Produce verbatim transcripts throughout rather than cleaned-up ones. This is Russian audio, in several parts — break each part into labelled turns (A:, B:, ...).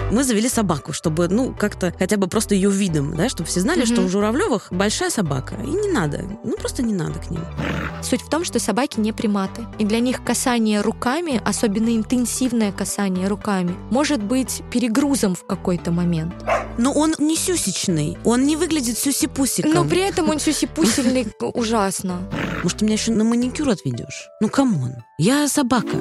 A: Мы завели собаку, чтобы, ну, как-то хотя бы просто ее видом, да, чтобы все знали, mm-hmm. что у Журавлевых большая собака. И не надо, ну, просто не надо к ним.
B: Суть в том, что собаки не приматы. И для них касание руками, особенно интенсивное касание руками, может быть перегрузом в какой-то момент.
A: Но он не сюсечный, он не выглядит сюси-пусиком.
B: Но при этом он сюси-пусельный ужасно.
A: Может, ты меня еще на маникюр отведешь? Ну, камон, я собака.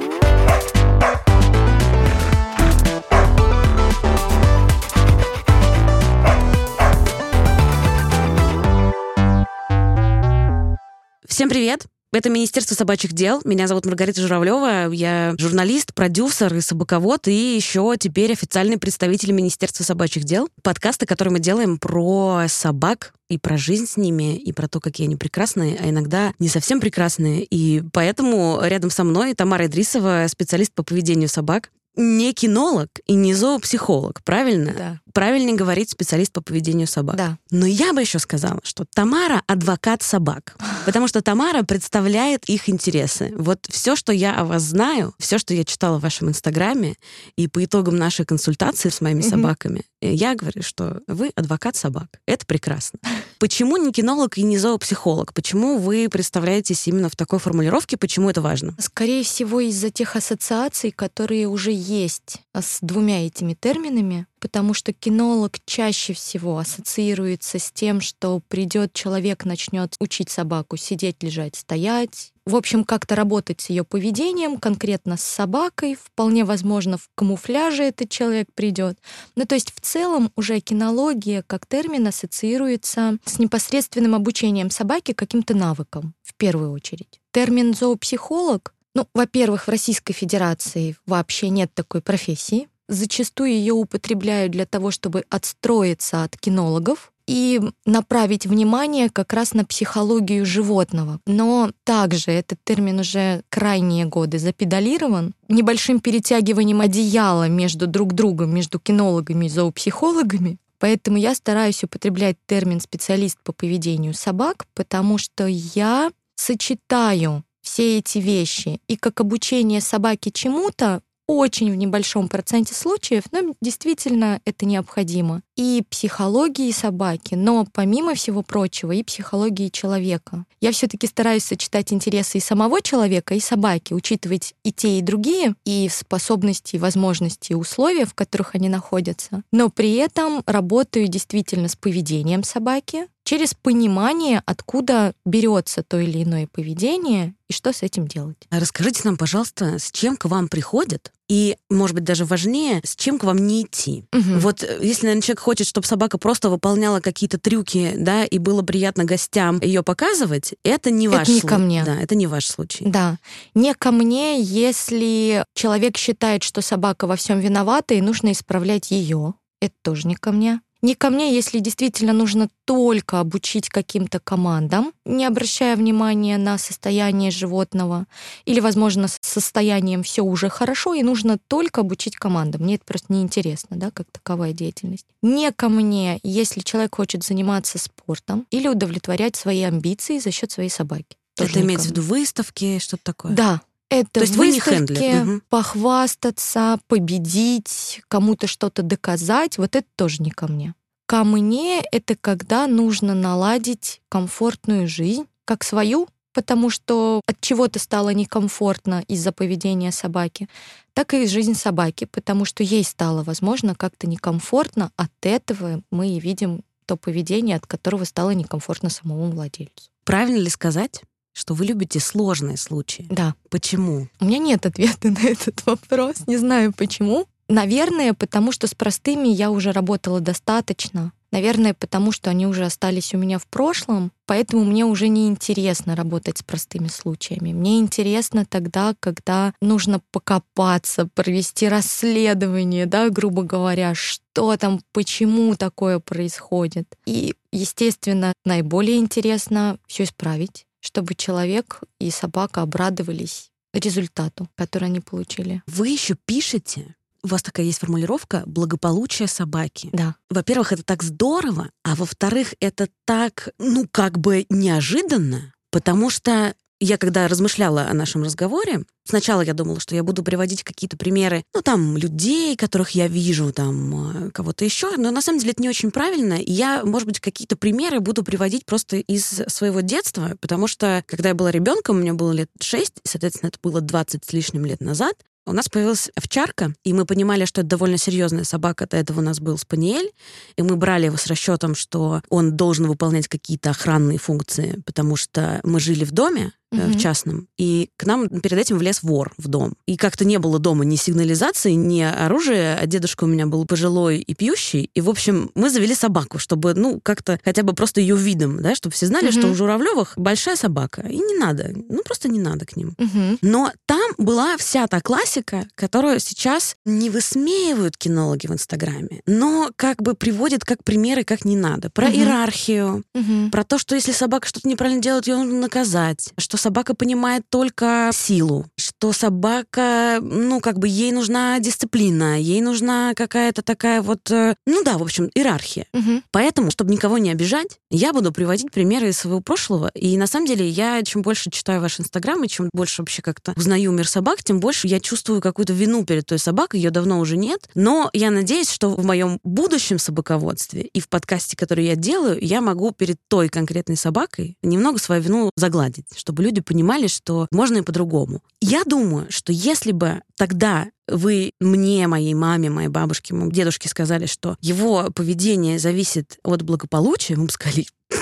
A: Всем привет! Это Министерство собачьих дел. Меня зовут Маргарита Журавлева. Я журналист, продюсер и собаковод, и еще теперь официальный представитель Министерства собачьих дел. Подкасты, которые мы делаем про собак и про жизнь с ними, и про то, какие они прекрасные, а иногда не совсем прекрасные. И поэтому рядом со мной Тамара Идрисова, специалист по поведению собак. Не кинолог и не зоопсихолог, правильно?
B: Да.
A: Правильнее говорить специалист по поведению собак.
B: Да.
A: Но я бы еще сказала, что Тамара адвокат собак, потому что Тамара представляет их интересы. Вот все, что я о вас знаю, все, что я читала в вашем инстаграме, и по итогам нашей консультации с моими mm-hmm. собаками, я говорю, что вы адвокат собак. Это прекрасно. Почему не кинолог и не зоопсихолог? Почему вы представляетесь именно в такой формулировке? Почему это важно?
B: Скорее всего, из-за тех ассоциаций, которые уже есть с двумя этими терминами, потому что кинолог чаще всего ассоциируется с тем, что придет человек, начнет учить собаку сидеть, лежать, стоять. В общем, как-то работать с ее поведением, конкретно с собакой. Вполне возможно, в камуфляже этот человек придет. Ну, то есть в целом уже кинология как термин ассоциируется с непосредственным обучением собаки каким-то навыкам, в первую очередь. Термин зоопсихолог, ну, во-первых, в Российской Федерации вообще нет такой профессии. Зачастую ее употребляют для того, чтобы отстроиться от кинологов и направить внимание как раз на психологию животного. Но также этот термин уже крайние годы запедалирован небольшим перетягиванием одеяла между друг другом, между кинологами и зоопсихологами. Поэтому я стараюсь употреблять термин «специалист по поведению собак», потому что я сочетаю все эти вещи и как обучение собаки чему-то, очень в небольшом проценте случаев, но действительно это необходимо. И психологии собаки, но помимо всего прочего и психологии человека. Я все-таки стараюсь сочетать интересы и самого человека, и собаки, учитывать и те, и другие, и способности, и возможности, и условия, в которых они находятся. Но при этом работаю действительно с поведением собаки, через понимание, откуда берется то или иное поведение и что с этим делать.
A: Расскажите нам, пожалуйста, с чем к вам приходят, и, может быть, даже важнее, с чем к вам не идти.
B: Угу.
A: Вот если, наверное, человек хочет, чтобы собака просто выполняла какие-то трюки, да, и было приятно гостям ее показывать, это не ваш
B: случай. Это не
A: случай.
B: ко мне.
A: Да, это не ваш случай.
B: Да. Не ко мне, если человек считает, что собака во всем виновата, и нужно исправлять ее. Это тоже не ко мне. Не ко мне, если действительно нужно только обучить каким-то командам, не обращая внимания на состояние животного, или, возможно, с состоянием все уже хорошо, и нужно только обучить командам. Мне это просто неинтересно, да, как таковая деятельность. Не ко мне, если человек хочет заниматься спортом или удовлетворять свои амбиции за счет своей собаки. Тоже
A: Это имеется в виду выставки, что-то такое?
B: Да. Это
A: То есть вы не
B: выставки,
A: хендлер. Угу.
B: похвастаться, победить, кому-то что-то доказать, вот это тоже не ко мне. Ко мне это когда нужно наладить комфортную жизнь, как свою, потому что от чего-то стало некомфортно из-за поведения собаки, так и жизнь собаки, потому что ей стало, возможно, как-то некомфортно. От этого мы и видим то поведение, от которого стало некомфортно самому владельцу.
A: Правильно ли сказать, что вы любите сложные случаи?
B: Да.
A: Почему?
B: У меня нет ответа на этот вопрос. Не знаю почему. Наверное, потому что с простыми я уже работала достаточно. Наверное, потому что они уже остались у меня в прошлом, поэтому мне уже не интересно работать с простыми случаями. Мне интересно тогда, когда нужно покопаться, провести расследование, да, грубо говоря, что там, почему такое происходит. И, естественно, наиболее интересно все исправить, чтобы человек и собака обрадовались результату, который они получили.
A: Вы еще пишете, у вас такая есть формулировка «благополучие собаки».
B: Да.
A: Во-первых, это так здорово, а во-вторых, это так, ну, как бы неожиданно, потому что Я когда размышляла о нашем разговоре, сначала я думала, что я буду приводить какие-то примеры, ну, там, людей, которых я вижу, там, кого-то еще, но на самом деле это не очень правильно, и я, может быть, какие-то примеры буду приводить просто из своего детства, потому что, когда я была ребенком, у меня было лет шесть, и, соответственно, это было двадцать с лишним лет назад, у нас появилась овчарка, и мы понимали, что это довольно серьезная собака. До этого у нас был спаниель, и мы брали его с расчетом, что он должен выполнять какие-то охранные функции, потому что мы жили в доме, mm-hmm. в частном, и к нам перед этим влез вор в дом. И как-то не было дома ни сигнализации, ни оружия, а дедушка у меня был пожилой и пьющий, и, в общем, мы завели собаку, чтобы, ну, как-то хотя бы просто ее видом, да, чтобы все знали, mm-hmm. что у Журавлевых большая собака, и не надо, ну, просто не надо к ним. Mm-hmm. Но там была вся та классика, которую сейчас не высмеивают кинологи в Инстаграме, но как бы приводят как примеры, как не надо. Про mm-hmm. иерархию, mm-hmm. про то, что если собака что-то неправильно делает, ее нужно наказать, что собака понимает только силу, что собака, ну, как бы ей нужна дисциплина, ей нужна какая-то такая вот, ну да, в общем, иерархия. Mm-hmm. Поэтому, чтобы никого не обижать, я буду приводить примеры из своего прошлого, и на самом деле я, чем больше читаю ваш Инстаграм, и чем больше вообще как-то узнаю мир собак, тем больше я чувствую какую-то вину перед той собакой, ее давно уже нет, но я надеюсь, что в моем будущем собаководстве и в подкасте, который я делаю, я могу перед той конкретной собакой немного свою вину загладить, чтобы люди понимали, что можно и по-другому. Я думаю, что если бы тогда вы мне, моей маме, моей бабушке, моему дедушке сказали, что его поведение зависит от благополучия, мы бы сказали...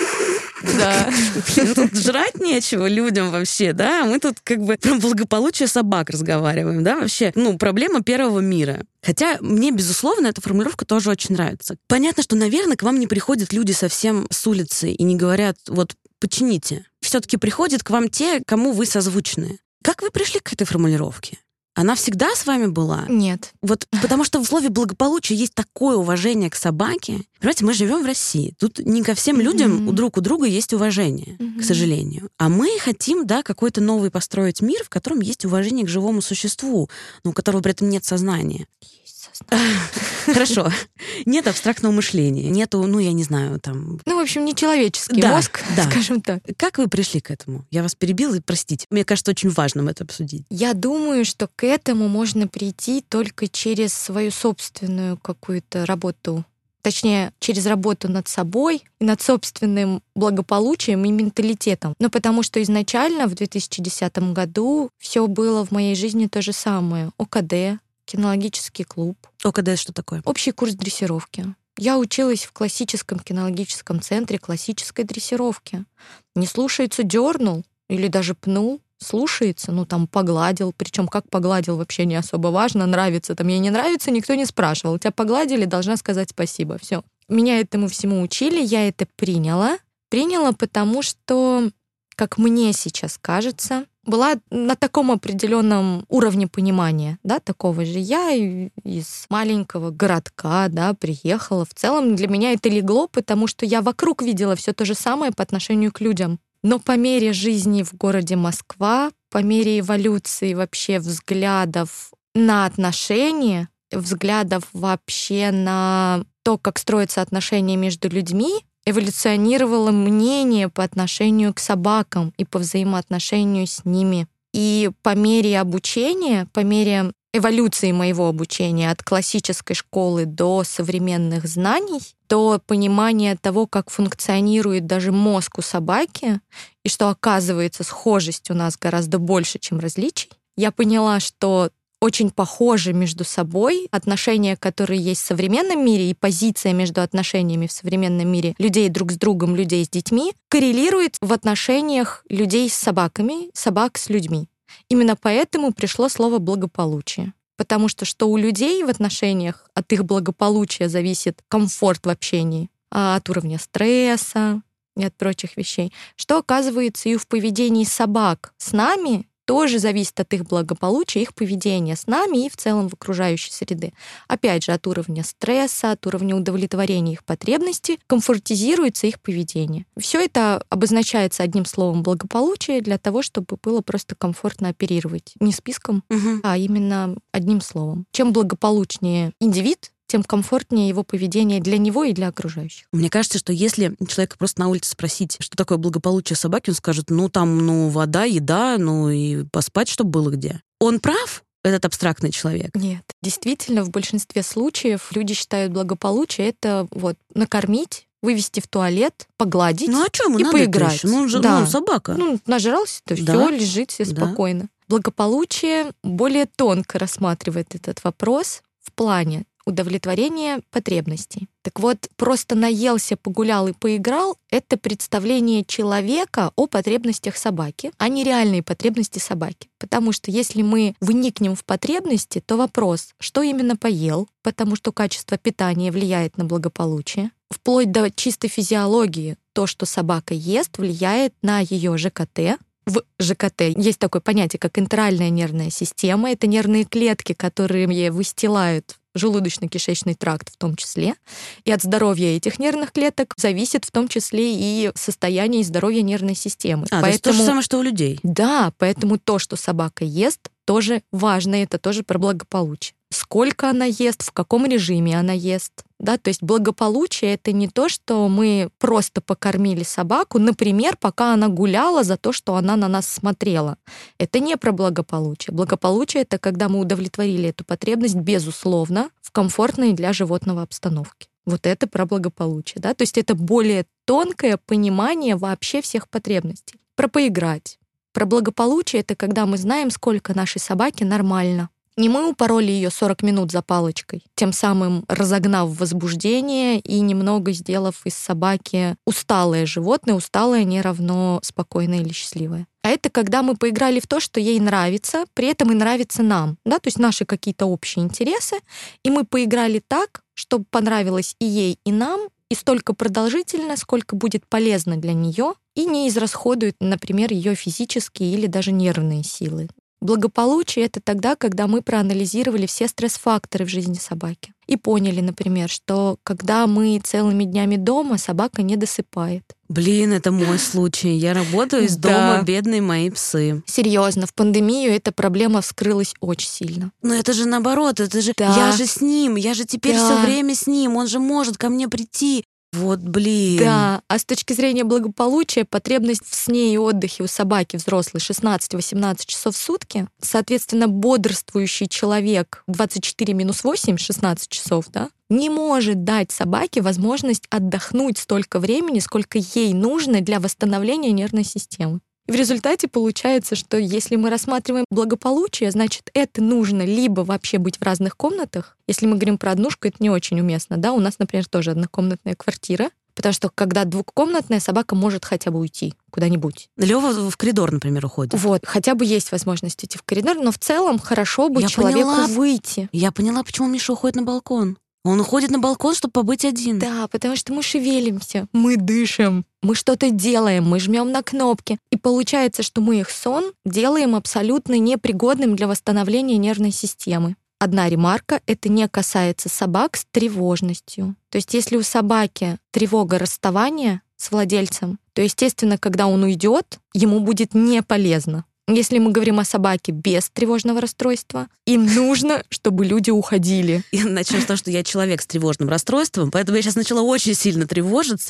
B: Да.
A: Блин, тут жрать нечего людям вообще, да? Мы тут как бы про благополучие собак разговариваем, да? Вообще, ну, проблема первого мира. Хотя мне, безусловно, эта формулировка тоже очень нравится. Понятно, что, наверное, к вам не приходят люди совсем с улицы и не говорят, вот, почините. Все-таки приходят к вам те, кому вы созвучны. Как вы пришли к этой формулировке? Она всегда с вами была?
B: Нет.
A: Вот потому что в слове благополучие есть такое уважение к собаке. Понимаете, мы живем в России. Тут не ко всем людям mm-hmm. у друг у друга есть уважение, mm-hmm. к сожалению. А мы хотим, да, какой-то новый построить мир, в котором есть уважение к живому существу, но у которого при этом нет сознания. Хорошо. Нет абстрактного мышления. Нету, ну, я не знаю, там...
B: Ну, в общем, нечеловеческий
A: да,
B: мозг,
A: да.
B: скажем так.
A: Как вы пришли к этому? Я вас перебила, и простите. Мне кажется, очень важным это обсудить.
B: Я думаю, что к этому можно прийти только через свою собственную какую-то работу. Точнее, через работу над собой и над собственным благополучием и менталитетом. Но потому что изначально в две тысячи десятом году все было в моей жизни то же самое. ОКД, кинологический клуб.
A: ОКД что такое?
B: Общий курс дрессировки. Я училась в классическом кинологическом центре классической дрессировки. Не слушается, дернул или даже пнул. Слушается, ну там погладил, причем как погладил вообще не особо важно, нравится там, ей не нравится, никто не спрашивал. Тебя погладили, должна сказать спасибо. Все. Меня этому всему учили, я это приняла. Приняла, потому что, как мне сейчас кажется, была на таком определенном уровне понимания, да, такого же. Я из маленького городка, да, приехала. В целом для меня это легло, потому что я вокруг видела все то же самое по отношению к людям. Но по мере жизни в городе Москва, по мере эволюции вообще взглядов на отношения, взглядов вообще на то, как строятся отношения между людьми, эволюционировало мнение по отношению к собакам и по взаимоотношению с ними. И по мере обучения, по мере эволюции моего обучения от классической школы до современных знаний, до понимания того, как функционирует даже мозг у собаки, и что, оказывается, схожесть у нас гораздо больше, чем различий, я поняла, что очень похожи между собой отношения, которые есть в современном мире, и позиция между отношениями в современном мире людей друг с другом, людей с детьми, коррелирует в отношениях людей с собаками, собак с людьми. Именно поэтому пришло слово «благополучие». Потому что что у людей в отношениях от их благополучия зависит комфорт в общении, а от уровня стресса и от прочих вещей, что оказывается и в поведении собак с нами тоже зависит от их благополучия, их поведения с нами и в целом в окружающей среды. Опять же, от уровня стресса, от уровня удовлетворения их потребностей комфортизируется их поведение. Все это обозначается одним словом благополучие для того, чтобы было просто комфортно оперировать. Не списком, угу. а именно одним словом. Чем благополучнее индивид, тем комфортнее его поведение для него и для окружающих.
A: Мне кажется, что если человека просто на улице спросить, что такое благополучие собаки, он скажет, ну там, ну вода, еда, ну и поспать, чтобы было где. Он прав, этот абстрактный человек?
B: Нет. Действительно, в большинстве случаев люди считают благополучие — это вот накормить, вывести в туалет, погладить
A: ну, а чё ему
B: и
A: надо
B: поиграть.
A: Ну, он же,
B: да.
A: ну, собака.
B: Ну, нажрался, то
A: Да.
B: все, лежит себе
A: Да.
B: спокойно. Благополучие более тонко рассматривает этот вопрос в плане удовлетворения потребностей. Так вот, просто наелся, погулял и поиграл — это представление человека о потребностях собаки, а не реальные потребности собаки. Потому что если мы вникнем в потребности, то вопрос, что именно поел, потому что качество питания влияет на благополучие, вплоть до чистой физиологии, то, что собака ест, влияет на ее ЖКТ. В ЖКТ есть такое понятие, как энтеральная нервная система. Это нервные клетки, которые выстилают желудочно-кишечный тракт в том числе. И от здоровья этих нервных клеток зависит в том числе и состояние и здоровье нервной системы.
A: А,
B: поэтому,
A: то есть то же самое, что у людей.
B: Да, поэтому то, что собака ест, тоже важно, это тоже про благополучие. Сколько она ест, в каком режиме она ест. Да? То есть благополучие — это не то, что мы просто покормили собаку, например, пока она гуляла за то, что она на нас смотрела. Это не про благополучие. Благополучие — это когда мы удовлетворили эту потребность, безусловно, в комфортной для животного обстановке. Вот это про благополучие. Да? То есть это более тонкое понимание вообще всех потребностей. Про поиграть. Про благополучие — это когда мы знаем, сколько нашей собаке нормально. Не мы упороли ее сорок минут за палочкой, тем самым разогнав возбуждение и немного сделав из собаки усталое животное. Усталое не равно спокойное или счастливое. А это когда мы поиграли в то, что ей нравится, при этом и нравится нам. Да? То есть наши какие-то общие интересы. И мы поиграли так, чтобы понравилось и ей, и нам, и столько продолжительно, сколько будет полезно для нее, и не израсходует, например, ее физические или даже нервные силы. Благополучие — это тогда, когда мы проанализировали все стресс-факторы в жизни собаки и поняли, например, что когда мы целыми днями дома, собака не досыпает.
A: Блин, это мой случай. Я работаю из дома,
B: Да.
A: бедные мои псы.
B: Серьезно, в пандемию эта проблема вскрылась очень сильно.
A: Но это же наоборот, это же
B: Да.
A: я же с ним, я же теперь
B: Да.
A: все время с ним, он же может ко мне прийти. Вот, блин.
B: Да, а с точки зрения благополучия потребность в сне и отдыхе у собаки взрослой шестнадцать-восемнадцать часов в сутки, соответственно, бодрствующий человек двадцать четыре минус восемь, шестнадцать часов, да, не может дать собаке возможность отдохнуть столько времени, сколько ей нужно для восстановления нервной системы. И в результате получается, что если мы рассматриваем благополучие, значит, это нужно либо вообще быть в разных комнатах. Если мы говорим про однушку, это не очень уместно. Да? У нас, например, тоже однокомнатная квартира, потому что когда двухкомнатная, собака может хотя бы уйти куда-нибудь.
A: Лёва в коридор, например, уходит.
B: Вот, хотя бы есть возможность идти в коридор, но в целом хорошо бы
A: Я
B: человеку
A: поняла.
B: выйти.
A: Я поняла, почему Миша уходит на балкон. Он уходит на балкон, чтобы побыть один.
B: Да, потому что мы шевелимся, мы дышим, мы что-то делаем, мы жмем на кнопки. И получается, что мы их сон делаем абсолютно непригодным для восстановления нервной системы. Одна ремарка — это не касается собак с тревожностью. То есть если у собаки тревога расставания с владельцем, то, естественно, когда он уйдет, ему будет не полезно. Если мы говорим о собаке без тревожного расстройства, им нужно, чтобы люди уходили.
A: И начнем с того, что я человек с тревожным расстройством, поэтому я сейчас начала очень сильно тревожиться.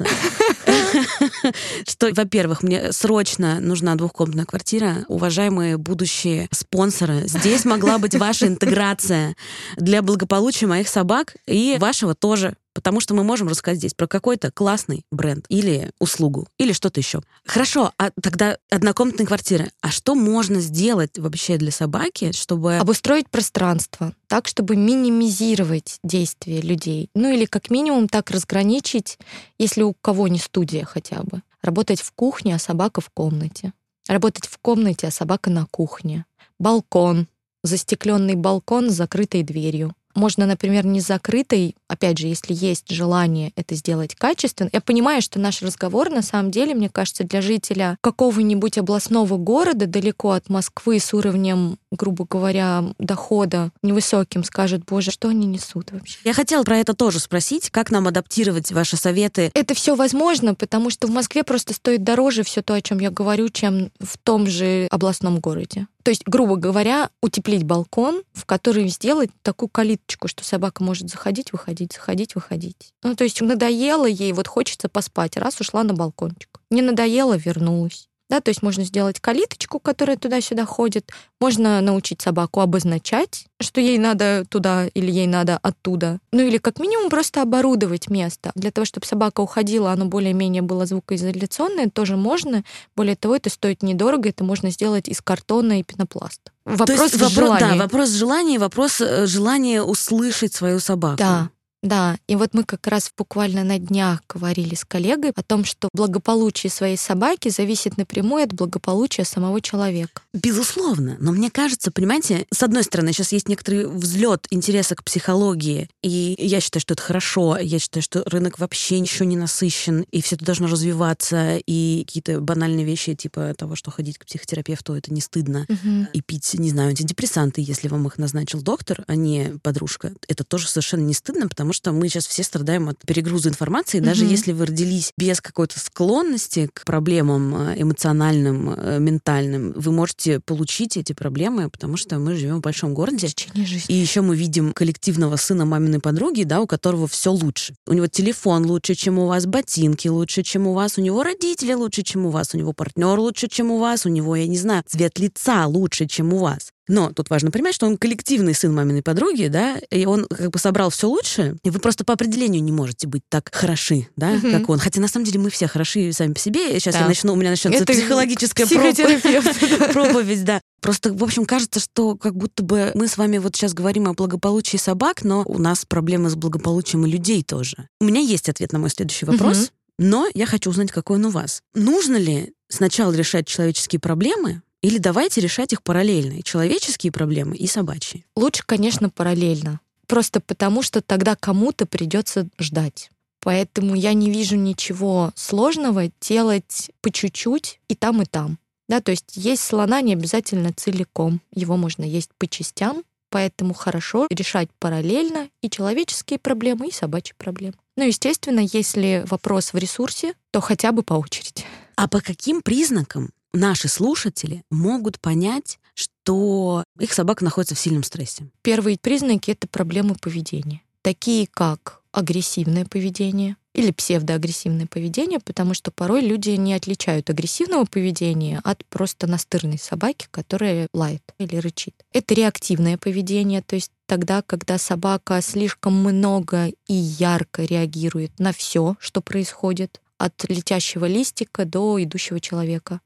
A: Что, во-первых, мне срочно нужна двухкомнатная квартира. Уважаемые будущие спонсоры, здесь могла быть ваша интеграция для благополучия моих собак и вашего тоже. Потому что мы можем рассказать здесь про какой-то классный бренд или услугу, или что-то еще. Хорошо, а тогда однокомнатная квартира. А что можно сделать вообще для собаки, чтобы...
B: Обустроить пространство так, чтобы минимизировать действия людей. Ну или как минимум так разграничить, если у кого не студия хотя бы. Работать в кухне, а собака в комнате. Работать в комнате, а собака на кухне. Балкон. Застекленный балкон с закрытой дверью. Можно, например, не закрытой, опять же, если есть желание это сделать качественно. Я понимаю, что наш разговор, на самом деле, мне кажется, для жителя какого-нибудь областного города далеко от Москвы с уровнем, грубо говоря, дохода невысоким, скажет: боже, что они несут вообще?
A: Я хотела про это тоже спросить, как нам адаптировать ваши советы.
B: Это все возможно, потому что в Москве просто стоит дороже все то, о чем я говорю, чем в том же областном городе. То есть, грубо говоря, утеплить балкон, в который сделать такую калиточку, что собака может заходить, выходить, заходить, выходить. Ну, то есть надоело ей, вот хочется поспать, раз ушла на балкончик. Не надоело, вернулась. Да, то есть можно сделать калиточку, которая туда-сюда ходит. Можно научить собаку обозначать, что ей надо туда или ей надо оттуда. Ну или как минимум просто оборудовать место. Для того, чтобы собака уходила, оно более-менее было звукоизоляционное, тоже можно. Более того, это стоит недорого, это можно сделать из картона и пенопласта. Вопрос
A: То есть вопрос,
B: желания.
A: да, вопрос желания, вопрос желания услышать свою собаку.
B: Да. Да, и вот мы как раз буквально на днях говорили с коллегой о том, что благополучие своей собаки зависит напрямую от благополучия самого человека.
A: Безусловно, но мне кажется, понимаете, с одной стороны, сейчас есть некоторый взлет интереса к психологии, и я считаю, что это хорошо, я считаю, что рынок вообще еще не насыщен, и все это должно развиваться, и какие-то банальные вещи типа того, что ходить к психотерапевту, это не стыдно,
B: Угу.
A: и пить, не знаю, антидепрессанты, если вам их назначил доктор, а не подружка, это тоже совершенно не стыдно, потому что мы сейчас все страдаем от перегруза информации. Даже
B: Мгм.
A: если вы родились без какой-то склонности к проблемам эмоциональным, э, ментальным, вы можете получить эти проблемы, потому что мы живем в большом городе.
B: В течение жизни.
A: И еще мы видим коллективного сына маминой подруги, да, у которого все лучше. У него телефон лучше, чем у вас, ботинки лучше, чем у вас, у него родители лучше, чем у вас, у него партнер лучше, чем у вас, у него, я не знаю, цвет лица лучше, чем у вас. Но тут важно понимать, что он коллективный сын маминой подруги, да, и он как бы собрал все лучше, и вы просто по определению не можете быть так хороши, да,
B: Мгм.
A: как он. Хотя на самом деле мы все хороши сами по себе. Сейчас
B: Да.
A: я начну, у меня начнется
B: Это
A: психологическая
B: психотерапевт.
A: проповедь, да. Просто, в общем, кажется, что как будто бы мы с вами вот сейчас говорим о благополучии собак, но у нас проблемы с благополучием и людей тоже. У меня есть ответ на мой следующий вопрос,
B: Мгм.
A: но я хочу узнать, какой он у вас. Нужно ли сначала решать человеческие проблемы, или давайте решать их параллельно, и человеческие проблемы, и собачьи?
B: Лучше, конечно, параллельно. Просто потому, что тогда кому-то придется ждать. Поэтому я не вижу ничего сложного делать по чуть-чуть и там, и там. Да, то есть есть слона не обязательно целиком. Его можно есть по частям, поэтому хорошо решать параллельно и человеческие проблемы, и собачьи проблемы. Ну, естественно, если вопрос в ресурсе, то хотя бы по очереди.
A: А по каким признакам наши слушатели могут понять, что их собака находится в сильном стрессе?
B: Первые признаки — это проблемы поведения, такие как агрессивное поведение или псевдоагрессивное поведение, потому что порой люди не отличают агрессивного поведения от просто настырной собаки, которая лает или рычит. Это реактивное поведение, то есть тогда, когда собака слишком много и ярко реагирует на все, что происходит, от летящего листика до идущего человека.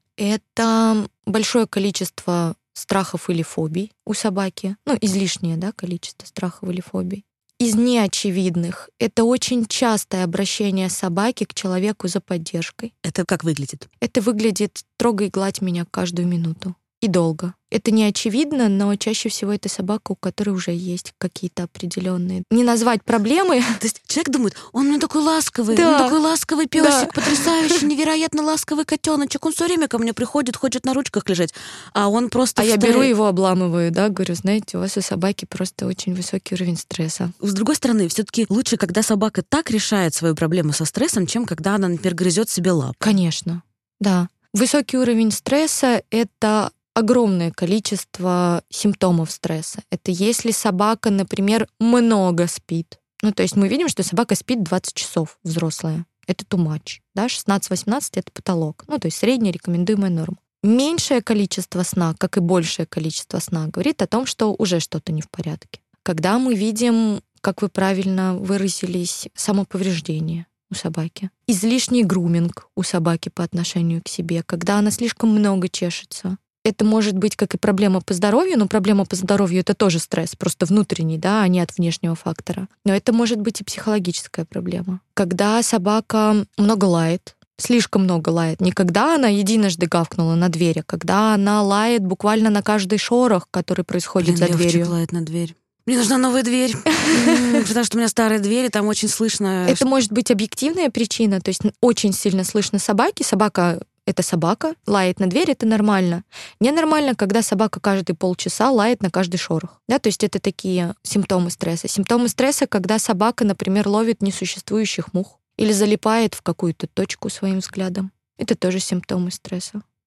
B: Это большое количество страхов или фобий у собаки, ну, излишнее, да, количество страхов или фобий. Из неочевидных — это очень частое обращение собаки к человеку за поддержкой.
A: Это как выглядит?
B: Это выглядит «трогай, гладь меня каждую минуту». И долго. Это не очевидно, но чаще всего это собака, у которой уже есть какие-то определенные. Не назвать проблемы.
A: То есть человек думает, он мне такой ласковый,
B: Да.
A: он такой ласковый песик,
B: Да.
A: потрясающий, невероятно ласковый котеночек. Он все время ко мне приходит, хочет на ручках лежать, а он просто
B: А я
A: встает.
B: беру его, обламываю, да, говорю, знаете, у вас у собаки просто очень высокий уровень стресса.
A: С другой стороны, все-таки лучше, когда собака так решает свою проблему со стрессом, чем когда она, например, грызет себе лапу.
B: Конечно, да. Высокий уровень стресса — это огромное количество симптомов стресса. Это если собака, например, много спит. Ну, то есть мы видим, что собака спит двадцать часов, взрослая. Это too much. Да? шестнадцать-восемнадцать — это потолок. Ну, то есть средняя рекомендуемая норма. Меньшее количество сна, как и большее количество сна, говорит о том, что уже что-то не в порядке. Когда мы видим, как вы правильно выразились, самоповреждение у собаки, излишний груминг у собаки по отношению к себе, когда она слишком много чешется. Это может быть как и проблема по здоровью, но проблема по здоровью — это тоже стресс, просто внутренний, да, а не от внешнего фактора. Но это может быть и психологическая проблема. Когда собака много лает, слишком много лает. Не когда она единожды гавкнула на дверь, а когда она лает буквально на каждый шорох, который происходит
A: Блин,
B: за
A: Левчик
B: дверью.
A: лает на дверь. Мне нужна новая дверь, М, потому что у меня старая дверь, и там очень слышно.
B: Это может быть объективная причина, то есть очень сильно слышно собаки. Собака — это собака, лает на дверь — это нормально. Ненормально, когда собака каждые полчаса лает на каждый шорох. Да, то есть это такие симптомы стресса. Симптомы стресса, когда собака, например, ловит несуществующих мух или залипает в какую-то точку своим взглядом. Это тоже симптомы стресса.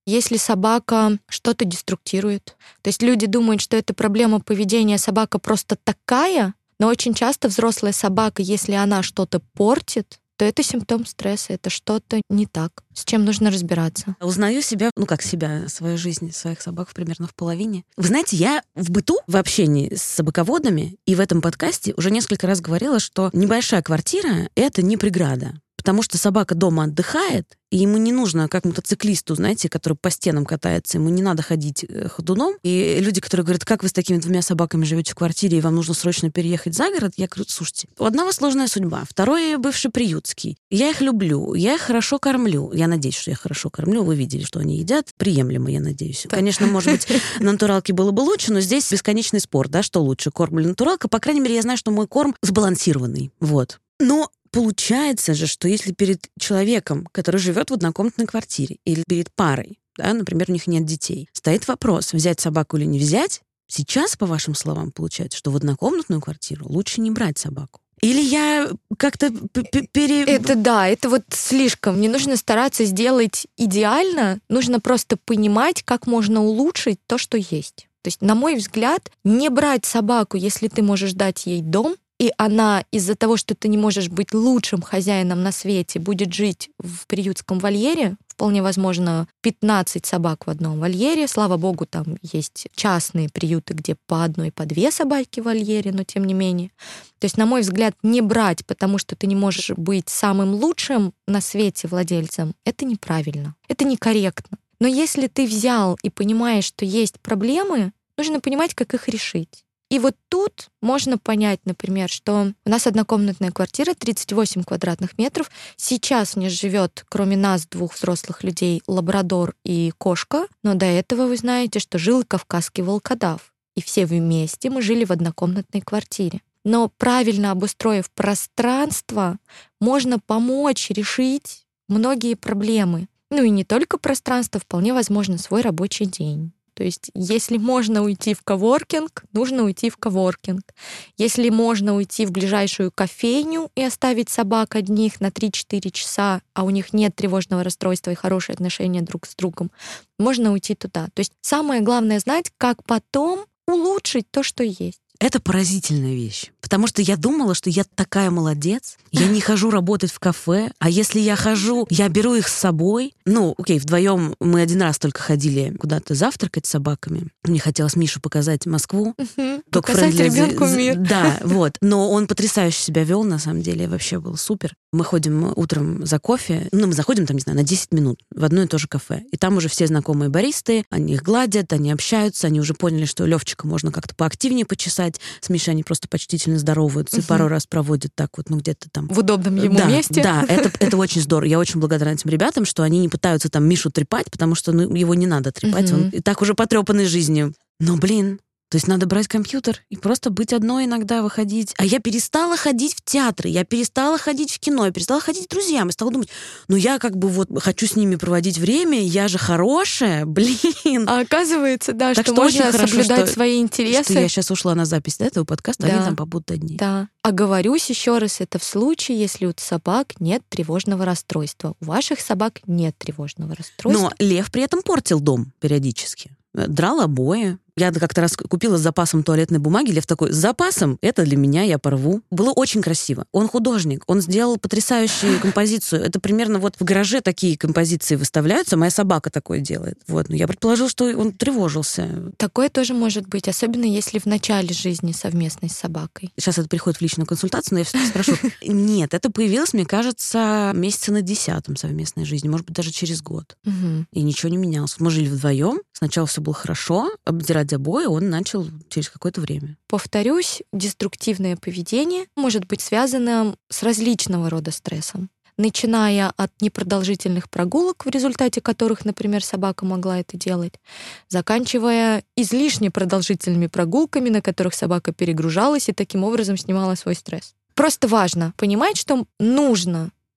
B: Если собака что-то деструктирует. То есть люди думают, что это проблема поведения, собака просто такая, но очень часто взрослая собака, если она что-то портит, то это симптом стресса, это что-то не так, с чем нужно разбираться.
A: Узнаю себя, ну как себя, свою жизнь, своих собак примерно в половине. Вы знаете, я в быту, в общении с собаководами и в этом подкасте уже несколько раз говорила, что небольшая квартира — это не преграда. Потому что собака дома отдыхает, и ему не нужно, как мотоциклисту, знаете, который по стенам катается, ему не надо ходить ходуном. И люди, которые говорят, как вы с такими двумя собаками живете в квартире, и вам нужно срочно переехать за город, я говорю, слушайте, у одного сложная судьба, второй бывший приютский. Я их люблю, я их хорошо кормлю. Я надеюсь, что я хорошо кормлю. Вы видели, что они едят. Приемлемо, я надеюсь. Да. Конечно, может быть, на натуралке было бы лучше, но здесь бесконечный спор, да, что лучше, корм или натуралка. По крайней мере, я знаю, что мой корм сбалансированный. Вот. Но получается же, что если перед человеком, который живет в однокомнатной квартире, или перед парой, да, например, у них нет детей, стоит вопрос, взять собаку или не взять, сейчас, по вашим словам, получается, что в однокомнатную квартиру лучше не брать собаку. Или я как-то пере...
B: Это да, это вот слишком. Не нужно стараться сделать идеально, нужно просто понимать, как можно улучшить то, что есть. То есть, на мой взгляд, не брать собаку, если ты можешь дать ей дом, и она из-за того, что ты не можешь быть лучшим хозяином на свете, будет жить в приютском вольере, вполне возможно, пятнадцать собак в одном вольере. Слава богу, там есть частные приюты, где по одной, по две собаки в вольере, но тем не менее. То есть, на мой взгляд, не брать, потому что ты не можешь быть самым лучшим на свете владельцем, это неправильно, это некорректно. Но если ты взял и понимаешь, что есть проблемы, нужно понимать, как их решить. И вот тут можно понять, например, что у нас однокомнатная квартира, тридцать восемь квадратных метров. Сейчас в ней живет, кроме нас, двух взрослых людей, лабрадор и кошка. Но до этого вы знаете, что жил и кавказский волкодав. И все вместе мы жили в однокомнатной квартире. Но правильно обустроив пространство, можно помочь решить многие проблемы. Ну и не только пространство, вполне возможно, свой рабочий день. То есть, если можно уйти в коворкинг, нужно уйти в коворкинг. Если можно уйти в ближайшую кофейню и оставить собак одних на три-четыре часа, а у них нет тревожного расстройства и хорошие отношения друг с другом, можно уйти туда. То есть, самое главное знать, как потом улучшить то, что есть.
A: Это поразительная вещь. Потому что я думала, что я такая молодец. Я не хожу работать в кафе. А если я хожу, я беру их с собой. Ну, окей, вдвоем мы один раз только ходили куда-то завтракать с собаками. Мне хотелось Мишу показать Москву.
B: Угу. Показать ребенку мир.
A: Да, вот. Но он потрясающе себя вел, на самом деле. Вообще был супер. Мы ходим утром за кофе. Ну, мы заходим там, не знаю, на десять минут в одно и то же кафе. И там уже все знакомые баристы. Они их гладят, они общаются. Они уже поняли, что Левчика можно как-то поактивнее почесать. С Мишей они просто почтительно здороваются, угу. и пару раз проводят так вот, ну, где-то там.
B: В удобном ему
A: да,
B: месте.
A: Да, это, это очень здорово. Я очень благодарна этим ребятам, что они не пытаются там Мишу трепать, потому что ну, его не надо трепать, угу. он и так уже потрепанный жизнью. Но, блин, то есть надо брать компьютер и просто быть одной иногда, выходить. А я перестала ходить в театры, я перестала ходить в кино, я перестала ходить к друзьям. Я стала думать, ну я как бы вот хочу с ними проводить время, я же хорошая, блин.
B: А оказывается, да,
A: так
B: что,
A: что
B: можно
A: хорошо,
B: соблюдать
A: что,
B: свои интересы.
A: Что я сейчас ушла на запись этого подкаста, да. Они там побудут одни.
B: Да. Оговорюсь еще раз, это в случае, если у собак нет тревожного расстройства. У ваших собак нет тревожного расстройства.
A: Но Лев при этом портил дом периодически. Драл обои. Я как-то раз купила с запасом туалетной бумаги. Лев такой, с запасом? Это для меня, я порву. Было очень красиво. Он художник. Он сделал потрясающую композицию. Это примерно вот в гараже такие композиции выставляются. Моя собака такое делает. Вот. Но я предположила, что он тревожился.
B: Такое тоже может быть, особенно если в начале жизни совместной с собакой.
A: Сейчас это переходит в личную консультацию, но я все-таки спрошу. Нет, это появилось, мне кажется, месяца на десятом совместной жизни. Может быть, даже через год. И ничего не менялось. Мы жили вдвоем. Сначала все было хорошо. Обдирать обои он начал через какое-то время.
B: Повторюсь, деструктивное поведение может быть связано с различного рода стрессом. Начиная от непродолжительных прогулок, в результате которых, например, собака могла это делать, заканчивая излишне продолжительными прогулками, на которых собака перегружалась и таким образом снимала свой стресс. Просто важно понимать, что нужно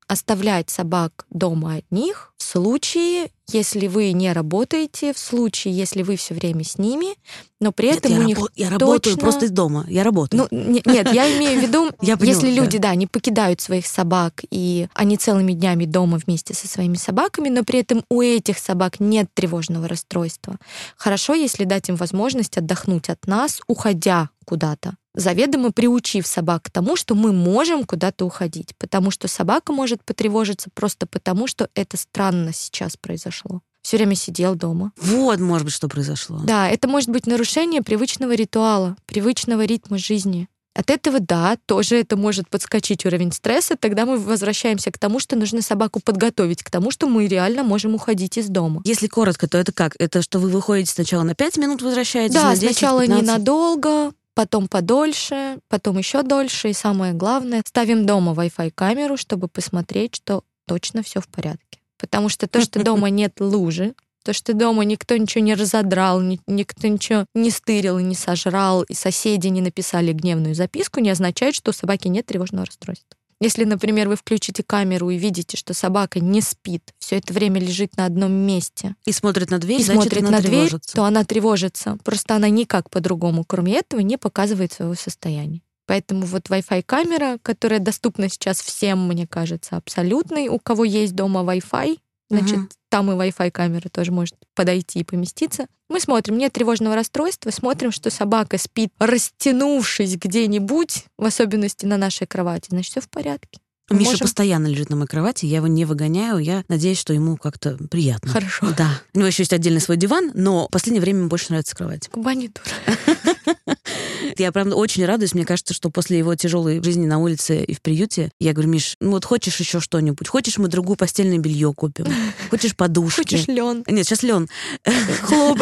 B: оставлять собак дома одних в случае, если вы не работаете, в случае, если вы все время с ними, но при этом
A: нет,
B: у
A: я
B: них
A: рабо- Я
B: точно...
A: работаю просто из дома, я работаю.
B: Ну, не- нет, я имею в виду,
A: Я поняла,
B: если люди,
A: да.
B: да, не покидают своих собак, и они целыми днями дома вместе со своими собаками, но при этом у этих собак нет тревожного расстройства. Хорошо, если дать им возможность отдохнуть от нас, уходя куда-то, заведомо приучив собак к тому, что мы можем куда-то уходить, потому что собака может потревожиться просто потому, что это странно сейчас произошло. Все время сидел дома.
A: Вот, может быть, что произошло.
B: Да, это может быть нарушение привычного ритуала, привычного ритма жизни. От этого, да, тоже это может подскочить уровень стресса, тогда мы возвращаемся к тому, что нужно собаку подготовить к тому, что мы реально можем уходить из дома.
A: Если коротко, то это как? Это что вы выходите сначала на пять минут, возвращаетесь
B: Да,
A: на десять,
B: сначала
A: пятнадцать?
B: ненадолго, потом подольше, потом еще дольше, и самое главное, ставим дома Wi-Fi камеру, чтобы посмотреть, что точно все в порядке. Потому что то, что дома нет лужи, то, что дома никто ничего не разодрал, ни- никто ничего не стырил и не сожрал, и соседи не написали гневную записку, не означает, что у собаки нет тревожного расстройства. Если, например, вы включите камеру и видите, что собака не спит, все это время лежит на одном месте
A: И смотрит на дверь,
B: и
A: значит,
B: смотрит
A: она
B: на дверь,
A: тревожится.
B: то она тревожится. Просто она никак по-другому, кроме этого, не показывает своего состояния. Поэтому вот Wi-Fi камера, которая доступна сейчас всем, мне кажется, абсолютной. У кого есть дома Wi-Fi, значит,
A: Мгм.
B: там и Wi-Fi камера тоже может подойти и поместиться. Мы смотрим, нет тревожного расстройства, смотрим, что собака спит, растянувшись где-нибудь, в особенности на нашей кровати, значит, все в порядке. Мы
A: Миша
B: можем-
A: постоянно лежит на моей кровати, я его не выгоняю, я надеюсь, что ему как-то приятно.
B: Хорошо.
A: Да. У него еще есть отдельный свой диван, но в последнее время ему больше нравится кровать.
B: Кубанитура.
A: Я, правда, очень радуюсь. Мне кажется, что после его тяжелой жизни на улице и в приюте, я говорю: Миш, ну вот хочешь еще что-нибудь? Хочешь, мы другую постельное белье купим? Хочешь подушки?
B: Хочешь лен?
A: Нет, сейчас лен.
B: Хлоп.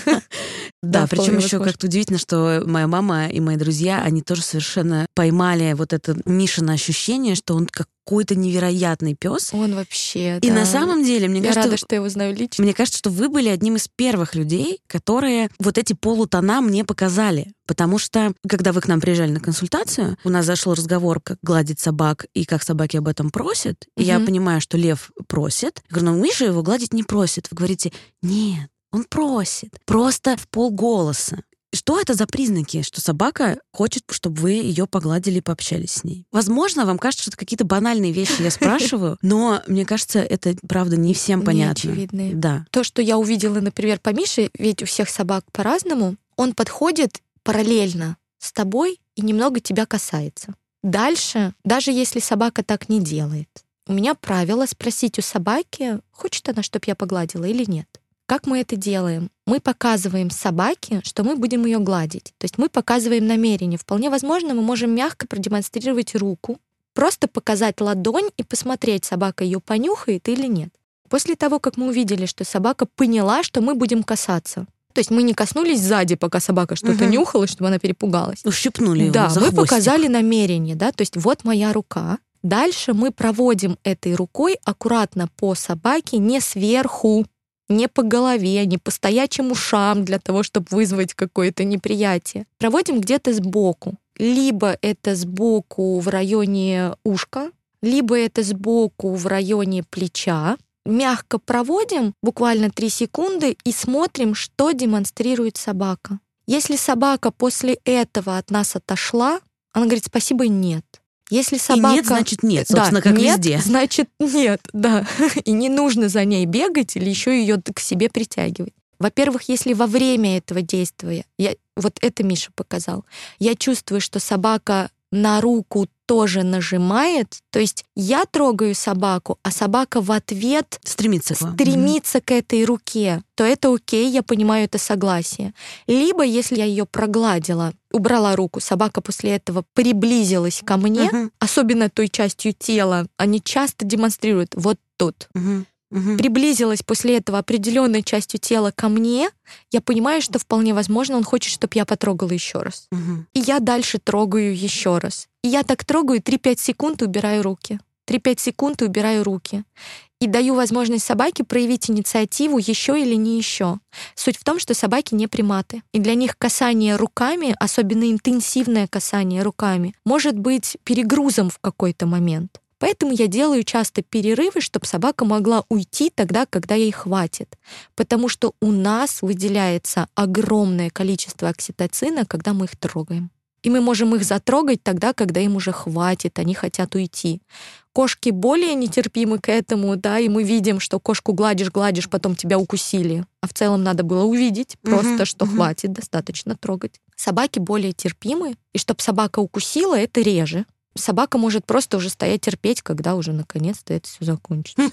A: Да,
B: Да,
A: причем
B: вполне
A: еще
B: возможно.
A: как-то удивительно, что моя мама и мои друзья, они тоже совершенно поймали вот это Мишино ощущение, что он какой-то невероятный пес.
B: Он вообще,
A: И
B: да.
A: на самом деле, мне
B: Я
A: кажется,
B: рада, что я его знаю лично.
A: мне кажется, что вы были одним из первых людей, которые вот эти полутона мне показали. Потому что, когда вы к нам приезжали на консультацию, у нас зашел разговор, как гладить собак и как собаки об этом просят. И я
B: Мгм.
A: понимаю, что Лев просит. Я говорю: ну, Миша его гладить не просит. Вы говорите: нет, он просит. Просто в полголоса. Что это за признаки, что собака хочет, чтобы вы ее погладили и пообщались с ней? Возможно, вам кажется, что это какие-то банальные вещи я спрашиваю, но мне кажется, это, правда, не всем понятно.
B: Неочевидные.
A: Да.
B: То, что я увидела, например, по Мише, ведь у всех собак по-разному, он подходит параллельно с тобой и немного тебя касается. Дальше, даже если собака так не делает, у меня правило спросить у собаки, хочет она, чтобы я погладила или нет. Как мы это делаем? Мы показываем собаке, что мы будем ее гладить. То есть мы показываем намерение. Вполне возможно, мы можем мягко продемонстрировать руку, просто показать ладонь и посмотреть, собака ее понюхает или нет. После того, как мы увидели, что собака поняла, что мы будем касаться. То есть мы не коснулись сзади, пока собака что-то
A: Мгм.
B: нюхала, чтобы она перепугалась.
A: Ущипнули его
B: Да,
A: за
B: мы
A: хвостик.
B: показали намерение, да, то есть вот моя рука. Дальше мы проводим этой рукой аккуратно по собаке, не сверху, не по голове, не по стоячим ушам для того, чтобы вызвать какое-то неприятие. Проводим где-то сбоку. Либо это сбоку в районе ушка, либо это сбоку в районе плеча. Мягко проводим, буквально три секунды, и смотрим, что демонстрирует собака. Если собака после этого от нас отошла, она говорит: спасибо, нет. Если собака...
A: И нет, значит нет,
B: Да,
A: собственно, как
B: нет,
A: везде.
B: значит нет, да. И не нужно за ней бегать или еще ее к себе притягивать. Во-первых, если во время этого действия, я, вот это Миша показал, я чувствую, что собака на руку тоже нажимает, то есть я трогаю собаку, а собака в ответ
A: Стремится к вам.
B: стремится к этой руке, то это окей, я понимаю это согласие. Либо, если я ее прогладила, убрала руку, собака после этого приблизилась ко мне,
A: Мгм.
B: особенно той частью тела, они часто демонстрируют вот тут.
A: Мгм. Мгм.
B: Приблизилась после этого определенной частью тела ко мне, я понимаю, что вполне возможно, он хочет, чтобы я потрогала еще раз.
A: Мгм.
B: И я дальше трогаю еще раз. И я так трогаю три-пять секунд и убираю руки. три-пять секунд и убираю руки. И даю возможность собаке проявить инициативу еще или не еще. Суть в том, что собаки не приматы. И для них касание руками, особенно интенсивное касание руками, может быть перегрузом в какой-то момент. Поэтому я делаю часто перерывы, чтобы собака могла уйти тогда, когда ей хватит. Потому что у нас выделяется огромное количество окситоцина, когда мы их трогаем. И мы можем их затрогать тогда, когда им уже хватит, они хотят уйти. Кошки более нетерпимы к этому, да, и мы видим, что кошку гладишь, гладишь, потом тебя укусили. А в целом надо было увидеть просто, uh-huh, что uh-huh. хватит, достаточно трогать. Собаки более терпимы, и чтобы собака укусила, это реже. Собака может просто уже стоять терпеть, когда уже наконец-то это все закончится.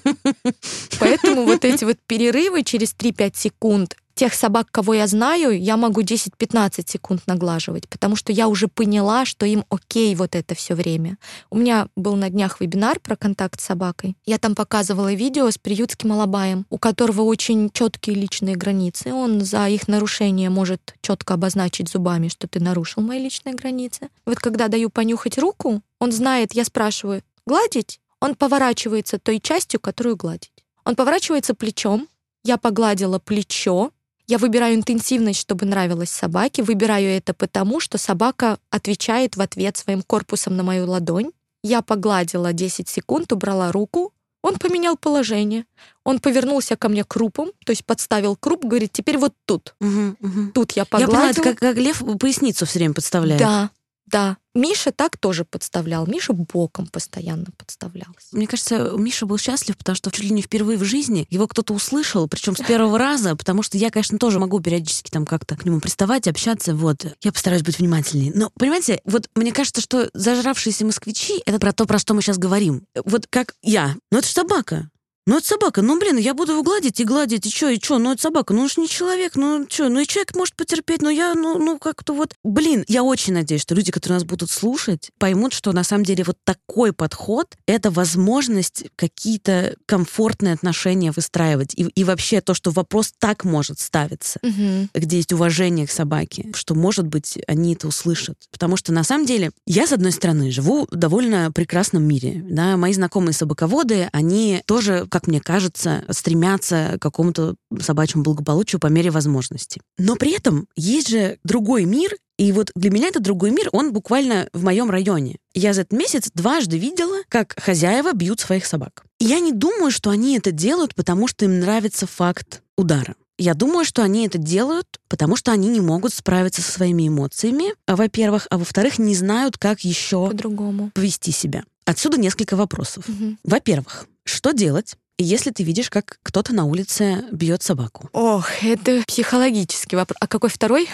B: Поэтому вот эти вот перерывы через три-пять секунд, тех собак, кого я знаю, я могу десять-пятнадцать секунд наглаживать, потому что я уже поняла, что им окей вот это все время. У меня был на днях вебинар про контакт с собакой. Я там показывала видео с приютским алабаем, у которого очень четкие личные границы. Он за их нарушение может четко обозначить зубами, что ты нарушил мои личные границы. Вот когда даю понюхать руку, он знает, я спрашиваю, гладить? Он поворачивается той частью, которую гладить. Он поворачивается плечом, я погладила плечо. Я выбираю интенсивность, чтобы нравилось собаке. Выбираю это потому, что собака отвечает в ответ своим корпусом на мою ладонь. Я погладила десять секунд, убрала руку. Он поменял положение. Он повернулся ко мне крупом, то есть подставил круп, говорит, теперь вот тут.
A: Угу, угу.
B: Тут я погладила.
A: Я поняла, это как, как лев поясницу все время подставляет.
B: Да, да. Миша так тоже подставлял. Миша боком постоянно подставлялся.
A: Мне кажется, Миша был счастлив, потому что чуть ли не впервые в жизни его кто-то услышал, причем с первого раза, потому что я, конечно, тоже могу периодически там как-то к нему приставать, общаться, вот. Я постараюсь быть внимательней. Но, понимаете, вот мне кажется, что зажравшиеся москвичи — это про то, про что мы сейчас говорим. Вот как я. Ну это ж собака. Ну, это собака, ну, блин, я буду его гладить и гладить, и чё, и чё, ну, это собака, ну, он же не человек, ну, чё, ну, и человек может потерпеть, но я, ну, ну, как-то вот... Блин, я очень надеюсь, что люди, которые нас будут слушать, поймут, что на самом деле вот такой подход — это возможность какие-то комфортные отношения выстраивать, и, и вообще то, что вопрос так может ставиться, угу. где есть уважение к собаке, что, может быть, они это услышат. Потому что, на самом деле, я, с одной стороны, живу в довольно прекрасном мире, да, мои знакомые собаководы, они тоже, как мне кажется, стремятся к какому-то собачьему благополучию по мере возможности. Но при этом есть же другой мир, и вот для меня этот другой мир, он буквально в моем районе. Я за этот месяц дважды видела, как хозяева бьют своих собак. И я не думаю, что они это делают, потому что им нравится факт удара. Я думаю, что они это делают, потому что они не могут справиться со своими эмоциями, во-первых, а во-вторых, не знают, как еще
B: по-другому
A: повести себя. Отсюда несколько вопросов.
B: Угу.
A: Во-первых, что делать, если ты видишь, как кто-то на улице бьет собаку?
B: Ох, это психологический вопрос. А какой второй?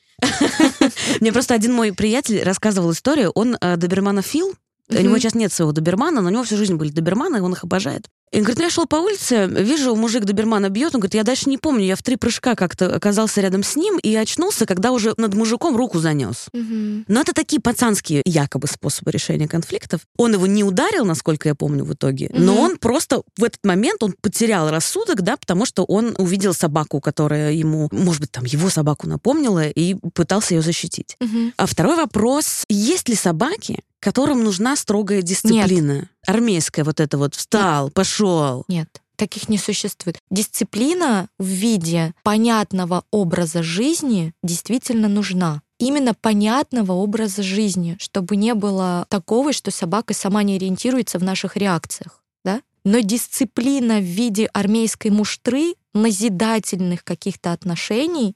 A: Мне просто один мой приятель рассказывал историю. Он доберманофил. У него сейчас нет своего добермана, но у него всю жизнь были доберманы, и он их обожает. И он говорит, ну я шел по улице, вижу, мужик добермана бьет. Он говорит, я дальше не помню, я в три прыжка как-то оказался рядом с ним и очнулся, когда уже над мужиком руку занес.
B: Угу.
A: Но это такие пацанские якобы способы решения конфликтов. Он его не ударил, насколько я помню, в итоге, угу. но он просто в этот момент он потерял рассудок, да, потому что он увидел собаку, которая ему, может быть, там его собаку напомнила, и пытался ее защитить.
B: Угу.
A: А второй вопрос, есть ли собаки, которым нужна строгая дисциплина?
B: Нет.
A: Армейская вот это вот, встал, Нет. пошел.
B: Нет, таких не существует. Дисциплина в виде понятного образа жизни действительно нужна. Именно понятного образа жизни, чтобы не было такого, что собака сама не ориентируется в наших реакциях. Да? Но дисциплина в виде армейской муштры, назидательных каких-то отношений,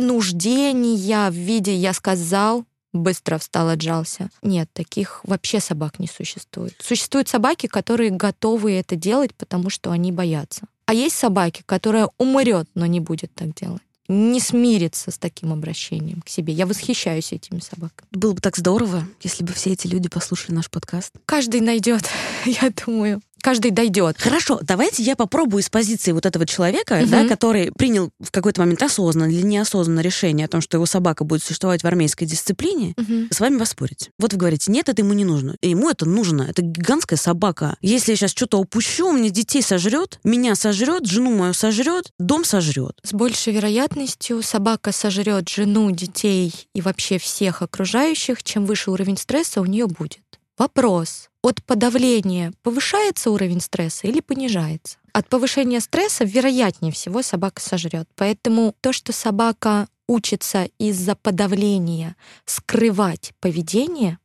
B: принуждения в виде «я сказал», быстро встал, отжался. Нет, таких вообще собак не существует. Существуют собаки, которые готовы это делать, потому что они боятся. А есть собаки, которые умрет, но не будет так делать. Не смирится с таким обращением к себе. Я восхищаюсь этими собаками.
A: Было бы так здорово, если бы все эти люди послушали наш подкаст.
B: Каждый найдет, я думаю. Каждый дойдет.
A: Хорошо, давайте я попробую из позиции вот этого человека, угу. да, который принял в какой-то момент осознанно или неосознанно решение о том, что его собака будет существовать в армейской дисциплине, угу. с вами поспорить. Вот вы говорите, нет, это ему не нужно. И ему это нужно. Это гигантская собака. Если я сейчас что-то упущу, мне детей сожрет, меня сожрет, жену мою сожрет, дом сожрет.
B: С большей вероятностью собака сожрет жену, детей и вообще всех окружающих, чем выше уровень стресса у нее будет. Вопрос. От подавления повышается уровень стресса или понижается? От повышения стресса, вероятнее всего, собака сожрет. Поэтому то, что собака учится из-за подавления скрывать поведение,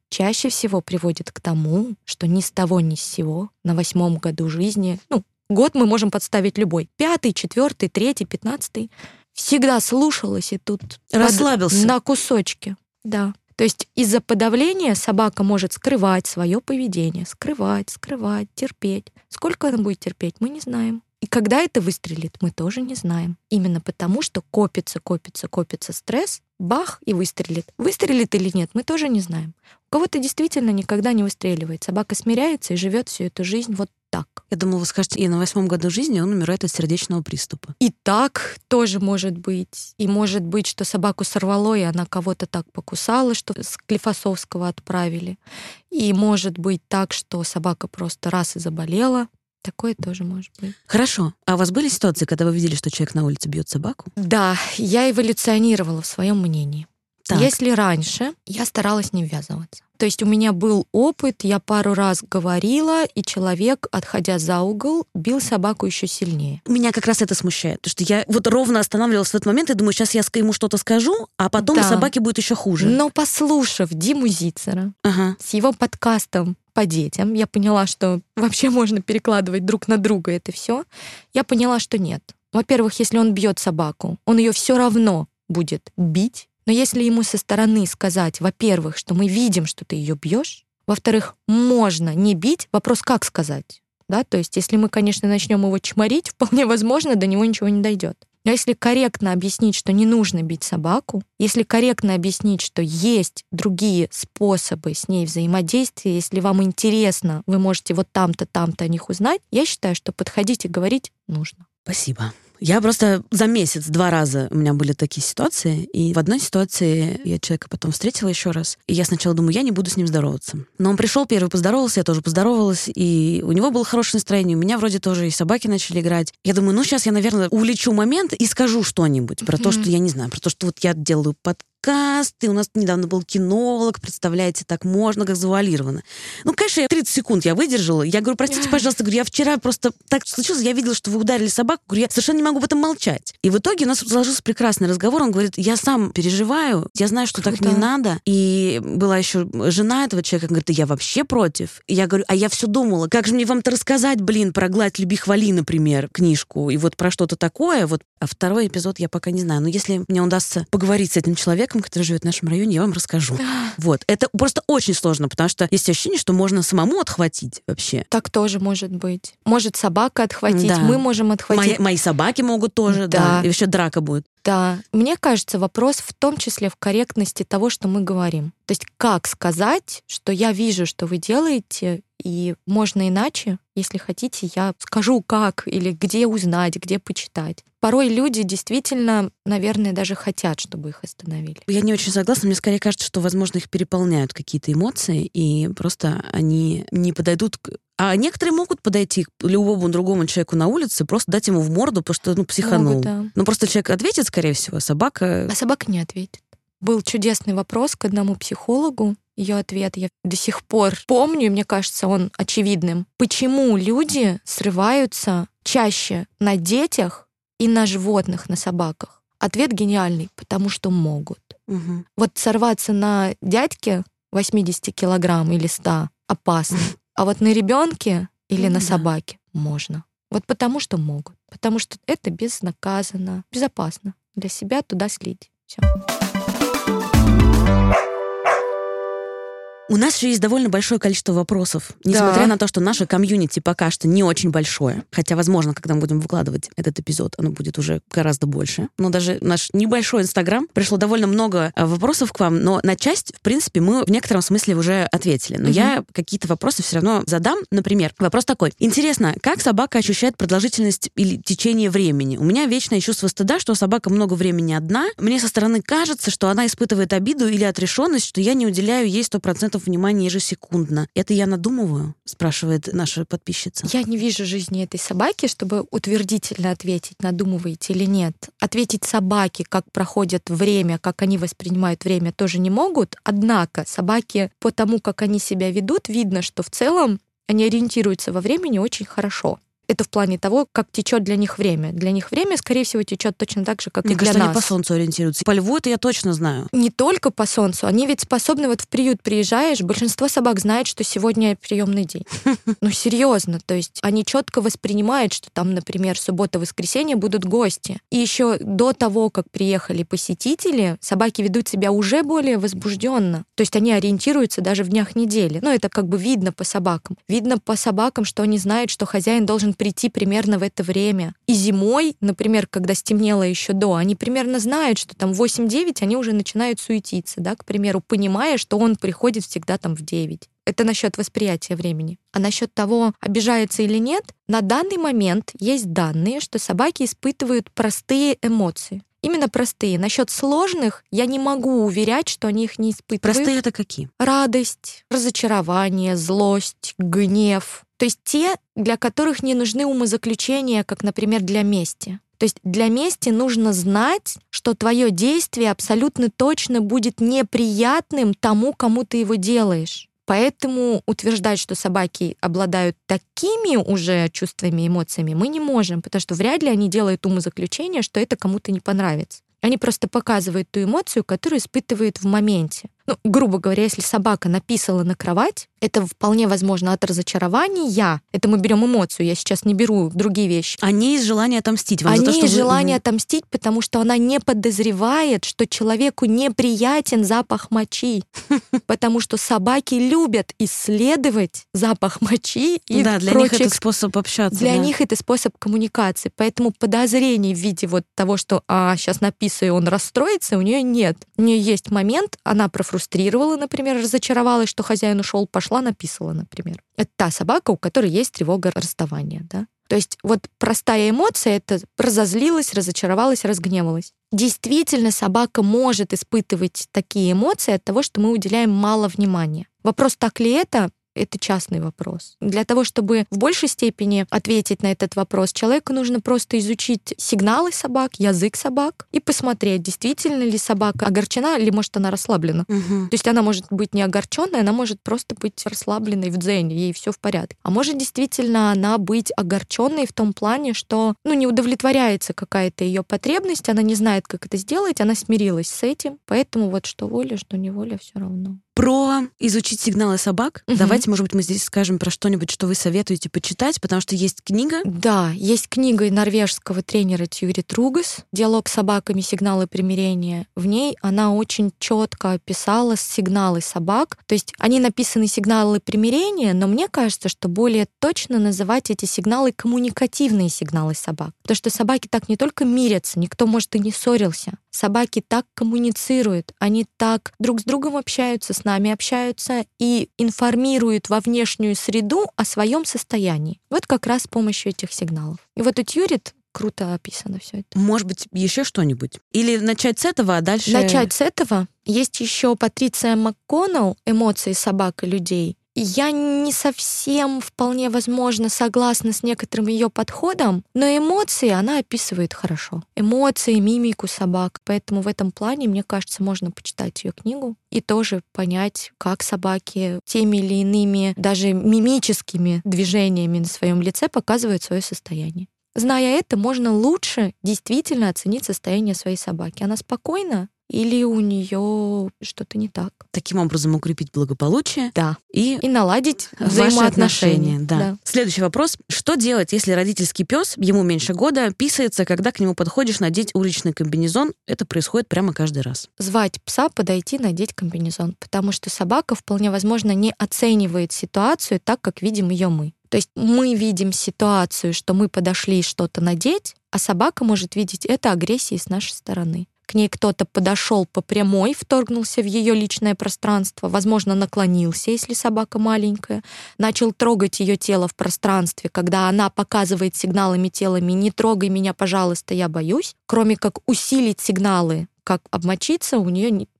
B: чаще всего приводит к тому, что ни с того ни с сего на восьмом году жизни, ну, год мы можем подставить любой, пятый, четвертый, третий, пятнадцатый, всегда слушалась и тут
A: расслабился
B: на кусочки. Да. То есть из-за подавления собака может скрывать свое поведение, скрывать, скрывать, терпеть. Сколько она будет терпеть, мы не знаем. И когда это выстрелит, мы тоже не знаем. Именно потому, что копится, копится, копится стресс, бах, и выстрелит. Выстрелит или нет, мы тоже не знаем. У кого-то действительно никогда не выстреливает. Собака смиряется и живет всю эту жизнь вот так.
A: Я думала, вы скажете, и на восьмом году жизни он умирает от сердечного приступа.
B: И так тоже может быть. И может быть, что собаку сорвало, и она кого-то так покусала, что с Склифосовского отправили. И может быть так, что собака просто раз и заболела. Такое тоже может быть.
A: Хорошо. А у вас были ситуации, когда вы видели, что человек на улице бьет собаку?
B: Да, я эволюционировала в своем мнении. Так. Если раньше я старалась не ввязываться. То есть у меня был опыт, я пару раз говорила, и человек, отходя за угол, бил собаку еще сильнее.
A: Меня как раз это смущает, потому что я вот ровно останавливалась в этот момент и думаю, сейчас я ему что-то скажу, а потом да. собаке будет еще хуже.
B: Но послушав Диму Зицера ага. с его подкастом по детям, я поняла, что вообще можно перекладывать друг на друга это все. Я поняла, что нет. Во-первых, если он бьет собаку, он ее все равно будет бить. Но если ему со стороны сказать, во-первых, что мы видим, что ты ее бьешь, во-вторых, можно не бить, вопрос, как сказать, да, то есть если мы, конечно, начнем его чморить, вполне возможно, до него ничего не дойдет. Но если корректно объяснить, что не нужно бить собаку, если корректно объяснить, что есть другие способы с ней взаимодействия, если вам интересно, вы можете вот там-то, там-то о них узнать, я считаю, что подходить и говорить нужно.
A: Спасибо. Я просто за месяц два раза у меня были такие ситуации, и в одной ситуации я человека потом встретила еще раз, и я сначала думаю, я не буду с ним здороваться. Но он пришел первый, поздоровался, я тоже поздоровалась, и у него было хорошее настроение, у меня вроде тоже и собаки начали играть. Я думаю, ну сейчас я, наверное, увлечу момент и скажу что-нибудь про mm-hmm. то, что я не знаю, про то, что вот я делаю подкаст, и у нас недавно был кинолог, представляете, так можно, как завуалировано. Ну, конечно, я тридцать секунд я выдержала. Я говорю, простите, пожалуйста, говорю, я вчера просто так случилось, я видела, что вы ударили собаку, говорю, я совершенно не могу об этом молчать. И в итоге у нас сложился прекрасный разговор, он говорит, я сам переживаю, я знаю, что Круто. Так не надо. И была еще жена этого человека, говорит, я вообще против. И я говорю, а я все думала, как же мне вам-то рассказать, блин, про «Гладь, люби, хвали», например, книжку, и вот про что-то такое, вот. А второй эпизод я пока не знаю. Но если мне удастся поговорить с этим человеком, который живет в нашем районе, я вам расскажу. Вот. Это просто очень сложно, потому что есть ощущение, что можно самому отхватить вообще.
B: Так тоже может быть. Может собака отхватить, да. мы можем отхватить.
A: Мои, мои собаки могут тоже, да. да. И вообще драка будет.
B: Да. Мне кажется, вопрос в том числе в корректности того, что мы говорим. То есть как сказать, что я вижу, что вы делаете, и можно иначе, если хотите, я скажу как, или где узнать, где почитать. Порой люди действительно, наверное, даже хотят, чтобы их остановили.
A: Я не очень согласна. Мне скорее кажется, что, возможно, их переполняют какие-то эмоции, и просто они не подойдут к... А некоторые могут подойти к любому другому человеку на улице, просто дать ему в морду, потому что, ну, психанул.
B: Могут, да.
A: Ну, просто человек ответит, скорее всего, а собака...
B: А собака не ответит. Был чудесный вопрос к одному психологу. Ее ответ я до сих пор помню, и мне кажется, он очевидным. Почему люди срываются чаще на детях и на животных, на собаках? Ответ гениальный. Потому что могут.
A: Угу.
B: Вот сорваться на дядьке восемьдесят килограмм или сто опасно. А вот на ребенке или
A: ну,
B: на
A: да.
B: собаке можно. Вот потому что могут. Потому что это безнаказанно, безопасно. Для себя туда слить. Все.
A: У нас еще есть довольно большое количество вопросов, несмотря
B: да.
A: на то, что наше комьюнити пока что не очень большое. Хотя, возможно, когда мы будем выкладывать этот эпизод, оно будет уже гораздо больше. Но даже наш небольшой Инстаграм, пришло довольно много вопросов к вам, но на часть, в принципе, мы в некотором смысле уже ответили. Но угу. я какие-то вопросы все равно задам. Например, вопрос такой. Интересно, как собака ощущает продолжительность или течение времени? У меня вечное чувство стыда, что собака много времени одна. Мне со стороны кажется, что она испытывает обиду или отрешенность, что я не уделяю ей сто процентов внимания ежесекундно. Это я надумываю? Спрашивает наша подписчица.
B: Я не вижу жизни этой собаки, чтобы утвердительно ответить, надумываете или нет. Ответить собаке, как проходит время, как они воспринимают время, тоже не могут. Однако собаки, по тому, как они себя ведут, видно, что в целом они ориентируются во времени очень хорошо. Это в плане того, как течет для них время. Для них время, скорее всего, течет точно так же, как
A: Мне
B: и для
A: кажется,
B: нас.
A: они по солнцу ориентируются. По льву это я точно знаю.
B: Не только по солнцу. Они ведь способны, вот в приют приезжаешь, большинство собак знает, что сегодня приемный день. Ну, серьезно. То есть они четко воспринимают, что там, например, суббота-воскресенье будут гости. И еще до того, как приехали посетители, собаки ведут себя уже более возбужденно. То есть они ориентируются даже в днях недели. Ну, это как бы видно по собакам. Видно по собакам, что они знают, что хозяин должен прийти примерно в это время. И зимой, например, когда стемнело еще до, они примерно знают, что там в восемь-девять они уже начинают суетиться, да, к примеру, понимая, что он приходит всегда там в девять. Это насчет восприятия времени. А насчет того, обижается или нет, на данный момент есть данные, что собаки испытывают простые эмоции. Именно простые. Насчет сложных я не могу уверять, что они их не испытывают.
A: Простые это какие?
B: Радость, разочарование, злость, гнев. То есть те, для которых не нужны умозаключения, как, например, для мести. То есть для мести нужно знать, что твое действие абсолютно точно будет неприятным тому, кому ты его делаешь. Поэтому утверждать, что собаки обладают такими уже чувствами и эмоциями, мы не можем, потому что вряд ли они делают умозаключение, что это кому-то не понравится. Они просто показывают ту эмоцию, которую испытывают в моменте. Ну, грубо говоря, если собака написала на кровать, это вполне возможно от разочарования. Это мы берем эмоцию, я сейчас не беру другие вещи.
A: А не из желания отомстить вам
B: а
A: за то,
B: не
A: что
B: из
A: вы-
B: желания
A: Мгм.
B: отомстить, потому что она не подозревает, что человеку неприятен запах мочи. Потому что собаки любят исследовать запах мочи и
A: Да, для них
B: прочих.
A: это способ общаться.
B: Для
A: да.
B: них это способ коммуникации. Поэтому подозрений в виде вот того, что а, сейчас написано, и он расстроится, у нее нет. У нее есть момент, она профрустрировала, например, разочаровалась, что хозяин ушел, пошла, написала, например. Это та собака, у которой есть тревога расставания. Да? То есть вот простая эмоция — это разозлилась, разочаровалась, разгневалась. Действительно, собака может испытывать такие эмоции от того, что мы уделяем мало внимания. Вопрос, так ли это? Это частный вопрос. Для того, чтобы в большей степени ответить на этот вопрос, человеку нужно просто изучить сигналы собак, язык собак и посмотреть, действительно ли собака огорчена или, может, она расслаблена.
A: Мгм.
B: То есть она может быть не огорченной, она может просто быть расслабленной в дзене, ей все в порядке. А может действительно она быть огорченной в том плане, что ну, не удовлетворяется какая-то ее потребность, она не знает, как это сделать, она смирилась с этим, поэтому вот что воля, что неволя, все равно.
A: Про изучить сигналы собак.
B: Мгм.
A: Давайте, может быть, мы здесь скажем про что-нибудь, что вы советуете почитать, потому что есть книга.
B: Да, есть книга норвежского тренера Тьюри Тругас «Диалог с собаками. Сигналы примирения». В ней она очень четко описала сигналы собак. То есть они написаны сигналы примирения, но мне кажется, что более точно называть эти сигналы коммуникативные сигналы собак. Потому что собаки так не только мирятся, никто, может, и не ссорился. Собаки так коммуницируют, они так друг с другом общаются, с нами общаются и информируют во внешнюю среду о своем состоянии. Вот как раз с помощью этих сигналов. И вот у Тьюрит круто описано все это.
A: Может быть, еще что-нибудь? Или начать с этого, а дальше...
B: Начать с этого. Есть еще Патриция МакКоннелл «Эмоции собак и людей». Я не совсем, вполне возможно, согласна с некоторым ее подходом, но эмоции она описывает хорошо. Эмоции, мимику собак. Поэтому в этом плане, мне кажется, можно почитать ее книгу и тоже понять, как собаки теми или иными, даже мимическими движениями на своем лице показывают свое состояние. Зная это, можно лучше действительно оценить состояние своей собаки. Она спокойна или у нее что-то не так?
A: Таким образом укрепить благополучие
B: Да.
A: и
B: И наладить
A: ваши
B: взаимоотношения.
A: отношения. Да. Следующий вопрос. Что делать, если родительский пес, ему меньше года, писается, когда к нему подходишь надеть уличный комбинезон? Это происходит прямо каждый раз.
B: Звать пса, подойти, надеть комбинезон. Потому что собака, вполне возможно, не оценивает ситуацию так, как видим ее мы. То есть мы видим ситуацию, что мы подошли что-то надеть, а собака может видеть это агрессией с нашей стороны. К ней кто-то подошел по прямой, вторгнулся в ее личное пространство, возможно, наклонился, если собака маленькая, начал трогать ее тело в пространстве, когда она показывает сигналами телами «не трогай меня, пожалуйста, я боюсь», кроме как усилить сигналы, как обмочиться, у нее не...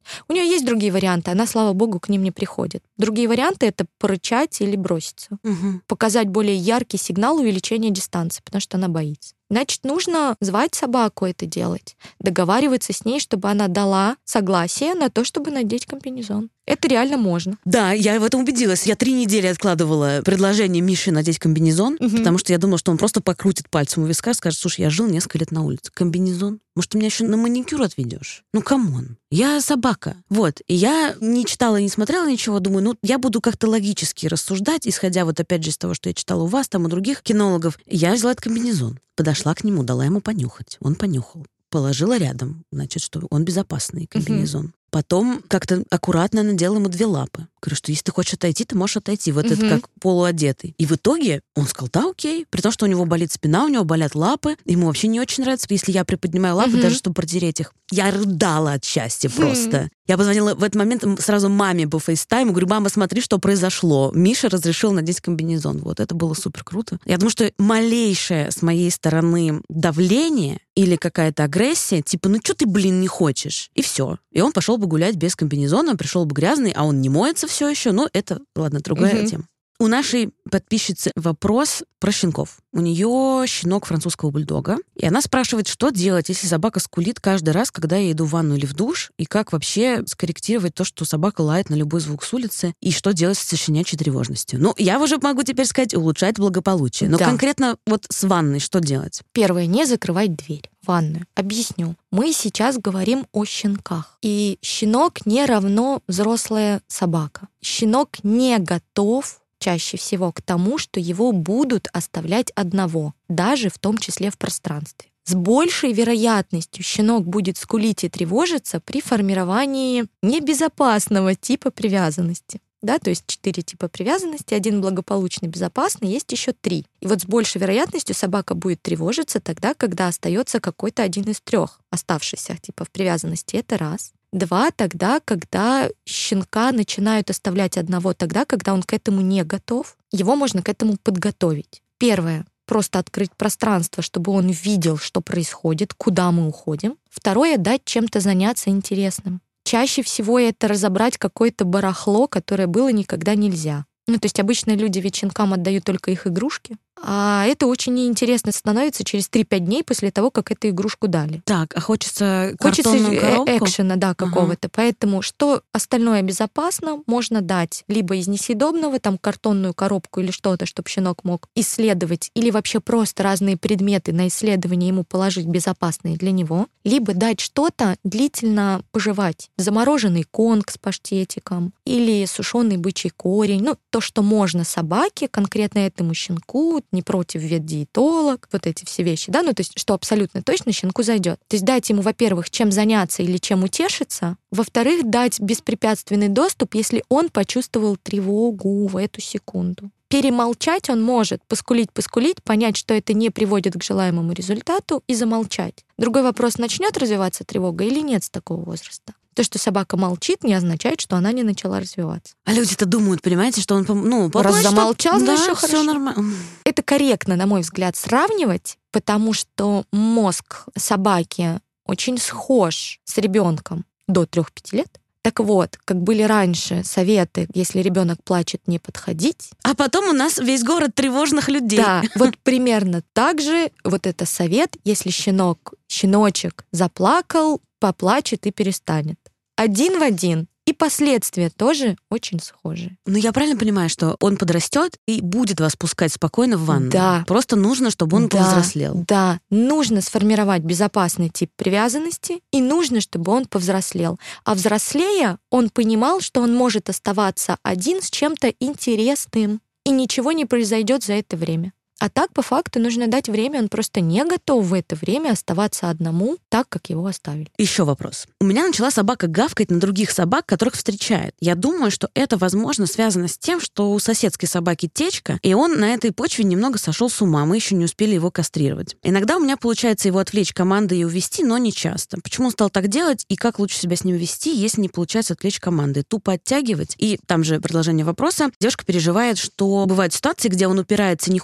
B: У нее есть другие варианты, она, слава богу, к ним не приходит. Другие варианты — это порычать или броситься.
A: Угу.
B: Показать более яркий сигнал увеличения дистанции, потому что она боится. Значит, нужно звать собаку это делать, договариваться с ней, чтобы она дала согласие на то, чтобы надеть комбинезон. Это реально можно.
A: Да, я в этом убедилась. Я три недели откладывала предложение Миши надеть комбинезон,
B: Угу.
A: потому что я думала, что он просто покрутит пальцем у виска и скажет: слушай, я жил несколько лет на улице. Комбинезон? Может, ты меня еще на маникюр отведешь? Ну, камон. Я собака. Вот. И я не читала, не смотрела ничего. Думаю, ну, я буду как-то логически рассуждать, исходя вот опять же из того, что я читала у вас, там, у других кинологов. Я взяла этот комбинезон. Подошла к нему, дала ему понюхать. Он понюхал. Положила рядом, значит, что он безопасный комбинезон. Угу. Потом как-то аккуратно надела ему две лапы. Говорю, что если ты хочешь отойти, ты можешь отойти. Вот угу. это как полуодетый. И в итоге он сказал: да, окей. При том, что у него болит спина, у него болят лапы. Ему вообще не очень нравится, если я приподнимаю лапы, угу. даже чтобы протереть их. Я рыдала от счастья просто. Угу. Я позвонила в этот момент сразу маме по фейстайму. Говорю: мама, смотри, что произошло. Миша разрешил надеть комбинезон. Вот это было супер круто. Я думаю, что малейшее с моей стороны давление или какая-то агрессия, типа, ну что ты, блин, не хочешь? И все. И он пошел бы гулять без комбинезона, пришел бы грязный, а он не моется все еще. Ну, это, ладно, другая угу. тема. У нашей подписчицы вопрос про щенков. У нее щенок французского бульдога, и она спрашивает, что делать, если собака скулит каждый раз, когда я иду в ванну или в душ, и как вообще скорректировать то, что собака лает на любой звук с улицы, и что делать со щенячьей тревожностью. Ну, я уже могу теперь сказать, улучшать благополучие. Но да. конкретно вот с ванной что делать?
B: Первое, не закрывать дверь в ванную. Объясню. Мы сейчас говорим о щенках. И щенок не равно взрослая собака. Щенок не готов чаще всего к тому, что его будут оставлять одного, даже в том числе в пространстве. С большей вероятностью щенок будет скулить и тревожиться при формировании небезопасного типа привязанности. Да, то есть четыре типа привязанности, один благополучный, безопасный, есть еще три. И вот с большей вероятностью собака будет тревожиться тогда, когда остается какой-то один из трех оставшихся типов привязанности. Это раз. Два, тогда, когда щенка начинают оставлять одного, тогда, когда он к этому не готов. Его можно к этому подготовить. Первое. Просто открыть пространство, чтобы он видел, что происходит, куда мы уходим. Второе. Дать чем-то заняться интересным. Чаще всего это разобрать какое-то барахло, которое было никогда нельзя. Ну, то есть обычно люди ведь щенкам отдают только их игрушки, а это очень неинтересно становится через три-пять дней после того, как эту игрушку дали.
A: Так, а хочется картонную
B: хочется
A: коробку?
B: Экшена, да, какого-то. Ага. Поэтому что остальное безопасно, можно дать либо из несъедобного, там, картонную коробку или что-то, чтобы щенок мог исследовать, или вообще просто разные предметы на исследование ему положить безопасные для него, либо дать что-то длительно пожевать. Замороженный конг с паштетиком или сушеный бычий корень. Ну, то, что можно собаке, конкретно этому щенку, не против ветдиетолог, вот эти все вещи, да, ну, то есть, что абсолютно точно щенку зайдет. То есть дать ему, во-первых, чем заняться или чем утешиться, во-вторых, дать беспрепятственный доступ, если он почувствовал тревогу в эту секунду. Перемолчать он может, поскулить-поскулить, понять, что это не приводит к желаемому результату, и замолчать. Другой вопрос, начнет развиваться тревога или нет с такого возраста. То, что собака молчит, не означает, что она не начала развиваться.
A: А люди-то думают, понимаете, что он, ну,
B: раз замолчал,
A: да,
B: значит,
A: все
B: хорошо.
A: Нормально.
B: Это корректно, на мой взгляд, сравнивать, потому что мозг собаки очень схож с ребенком до трех-пяти лет. Так вот, как были раньше советы, если ребенок плачет, не подходить.
A: А потом у нас весь город тревожных людей.
B: Да, вот примерно так же вот это совет, если щенок, щеночек заплакал, поплачет и перестанет. Один в один. И последствия тоже очень схожи.
A: Ну, я правильно понимаю, что он подрастет и будет вас пускать спокойно в ванну?
B: Да.
A: Просто нужно, чтобы он
B: да,
A: повзрослел.
B: Да, нужно сформировать безопасный тип привязанности, и нужно, чтобы он повзрослел. А взрослея, он понимал, что он может оставаться один с чем-то интересным, и ничего не произойдет за это время. А так, по факту, нужно дать время, он просто не готов в это время оставаться одному так, как его оставили.
A: Еще вопрос. У меня начала собака гавкать на других собак, которых встречает. Я думаю, что это, возможно, связано с тем, что у соседской собаки течка, и он на этой почве немного сошел с ума, мы еще не успели его кастрировать. Иногда у меня получается его отвлечь командой и увести, но не часто. Почему он стал так делать, и как лучше себя с ним вести, если не получается отвлечь командой? Тупо оттягивать? И там же продолжение вопроса. Девушка переживает, что бывают ситуации, где он упирается и не хочет куда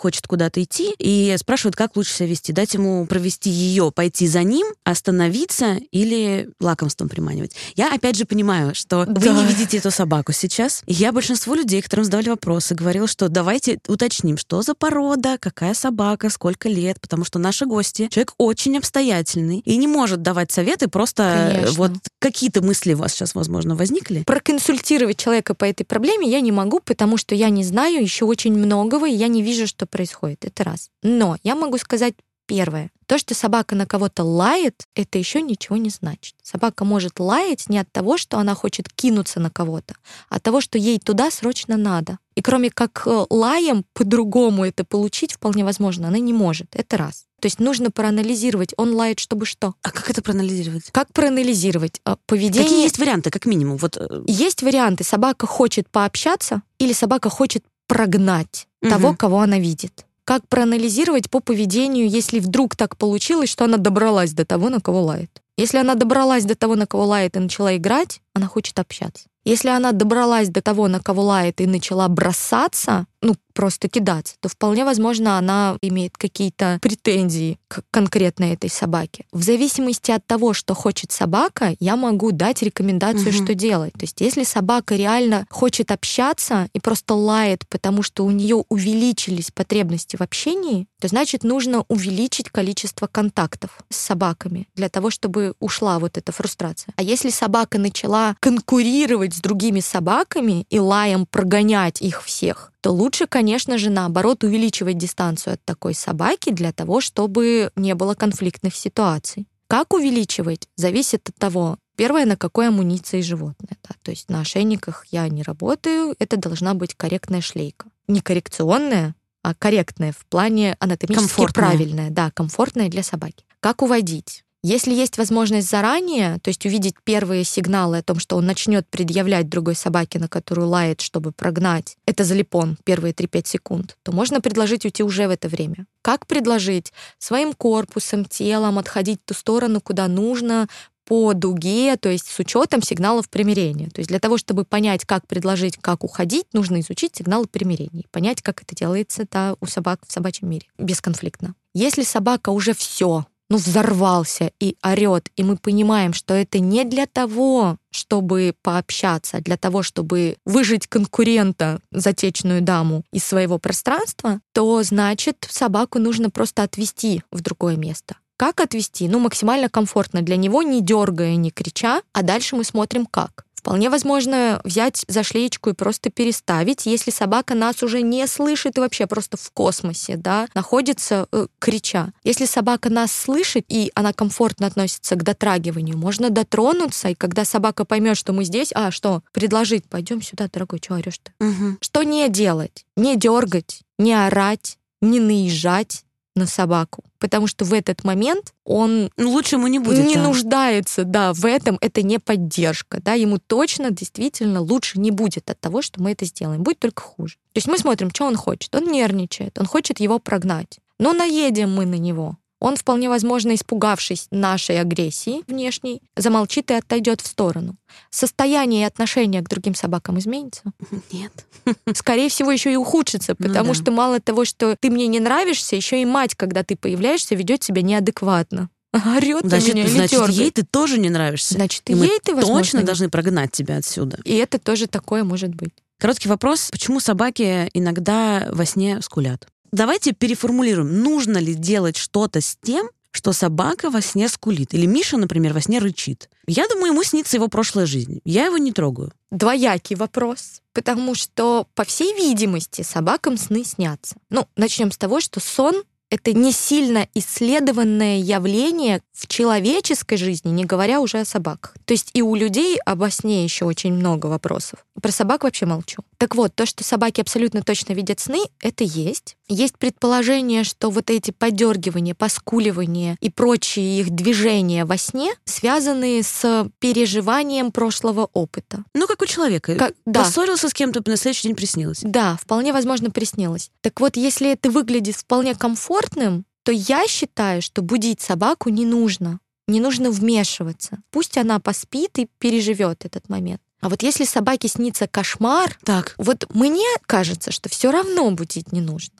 A: куда-то идти, и спрашивают, как лучше себя вести. Дать ему провести ее, пойти за ним, остановиться или лакомством приманивать. Я, опять же, понимаю, что да. вы не видите эту собаку сейчас. И я большинству людей, которым задавали вопросы, говорила, что давайте уточним, что за порода, какая собака, сколько лет, потому что наши гости, человек очень обстоятельный и не может давать советы просто. Конечно. Вот какие-то мысли у вас сейчас, возможно, возникли?
B: Проконсультировать человека по этой проблеме я не могу, потому что я не знаю еще очень многого, и я не вижу, что происходит. Это раз. Но я могу сказать первое. То, что собака на кого-то лает, это еще ничего не значит. Собака может лаять не от того, что она хочет кинуться на кого-то, а от того, что ей туда срочно надо. И кроме как лаем по-другому это получить вполне возможно, она не может. Это раз. То есть нужно проанализировать, он лает, чтобы что.
A: А как это проанализировать?
B: Как проанализировать? Поведение...
A: Какие есть варианты, как минимум? Вот...
B: Есть варианты. Собака хочет пообщаться или собака хочет прогнать угу. того, кого она видит. Как проанализировать по поведению, если вдруг так получилось, что она добралась до того, на кого лает. Если она добралась до того, на кого лает, и начала играть, она хочет общаться. Если она добралась до того, на кого лает, и начала бросаться, ну, просто кидаться, то вполне возможно, она имеет какие-то претензии к конкретно этой собаке. В зависимости от того, что хочет собака, я могу дать рекомендацию, угу. что делать. То есть если собака реально хочет общаться и просто лает, потому что у нее увеличились потребности в общении, то значит, нужно увеличить количество контактов с собаками для того, чтобы ушла вот эта фрустрация. А если собака начала конкурировать с другими собаками и лаем прогонять их всех, то лучше, конечно же, наоборот, увеличивать дистанцию от такой собаки для того, чтобы не было конфликтных ситуаций. Как увеличивать, зависит от того, первое, на какой амуниции животное. Да? То есть на ошейниках я не работаю, это должна быть корректная шлейка. Не коррекционная, а корректная в плане анатомически правильная, да, комфортная для собаки. Как уводить? Если есть возможность заранее, то есть увидеть первые сигналы о том, что он начнет предъявлять другой собаке, на которую лает, чтобы прогнать, это залипон первые три-пять секунд, то можно предложить уйти уже в это время. Как предложить? Своим корпусом, телом отходить в ту сторону, куда нужно, по дуге, то есть с учетом сигналов примирения. То есть для того, чтобы понять, как предложить, как уходить, нужно изучить сигналы примирения, понять, как это делается да, у собак в собачьем мире, бесконфликтно. Если собака уже все, ну, взорвался и орет, и мы понимаем, что это не для того, чтобы пообщаться, а для того, чтобы выжить конкурента, затечную даму, из своего пространства, то, значит, собаку нужно просто отвести в другое место. Как отвести? Ну, максимально комфортно для него, не дергая, не крича, а дальше мы смотрим, как. Вполне возможно взять за шлеечку и просто переставить, если собака нас уже не слышит и вообще просто в космосе, да, находится, э, крича. Если собака нас слышит, и она комфортно относится к дотрагиванию, можно дотронуться, и когда собака поймет, что мы здесь, а, что, предложить, пойдем сюда, дорогой, чего орешь-то? Угу. Что не делать? Не дергать, не орать, не наезжать на собаку, потому что в этот момент он
A: ну, лучше ему не будет,
B: не
A: да.
B: нуждается, да, в этом, это не поддержка, да, ему точно, действительно лучше не будет от того, что мы это сделаем, будет только хуже. То есть мы смотрим, что он хочет, он нервничает, он хочет его прогнать, но наедем мы на него. Он, вполне возможно, испугавшись нашей агрессии внешней, замолчит и отойдет в сторону. Состояние и отношение к другим собакам изменится?
A: Нет.
B: Скорее всего, еще и ухудшится, потому ну, да. что мало того, что ты мне не нравишься, еще и мать, когда ты появляешься, ведет себя неадекватно. Орёт
A: значит,
B: меня,
A: значит ей ты тоже не нравишься.
B: Значит,
A: и
B: ей ты, возможно,
A: точно
B: не...
A: должны прогнать тебя отсюда.
B: И это тоже такое может быть.
A: Короткий вопрос. Почему собаки иногда во сне скулят? Давайте переформулируем. Нужно ли делать что-то с тем, что собака во сне скулит? Или Миша, например, во сне рычит. Я думаю, ему снится его прошлая жизнь. Я его не трогаю.
B: Двоякий вопрос. Потому что, по всей видимости, собакам сны снятся. Ну, начнем с того, что сон — это не сильно исследованное явление в человеческой жизни, не говоря уже о собаках. То есть и у людей обо сне еще очень много вопросов. Про собак вообще молчу. Так вот, то, что собаки абсолютно точно видят сны, это есть. Есть предположение, что вот эти подергивания, поскуливания и прочие их движения во сне связаны с переживанием прошлого опыта.
A: Ну, как у человека.
B: Как, да.
A: Поссорился с кем-то, на следующий день приснилось.
B: Да, вполне возможно, приснилось. Так вот, если это выглядит вполне комфортным, то я считаю, что будить собаку не нужно. Не нужно вмешиваться. Пусть она поспит и переживет этот момент. А вот если собаке снится кошмар,
A: так.
B: вот мне кажется, что все равно будить не нужно.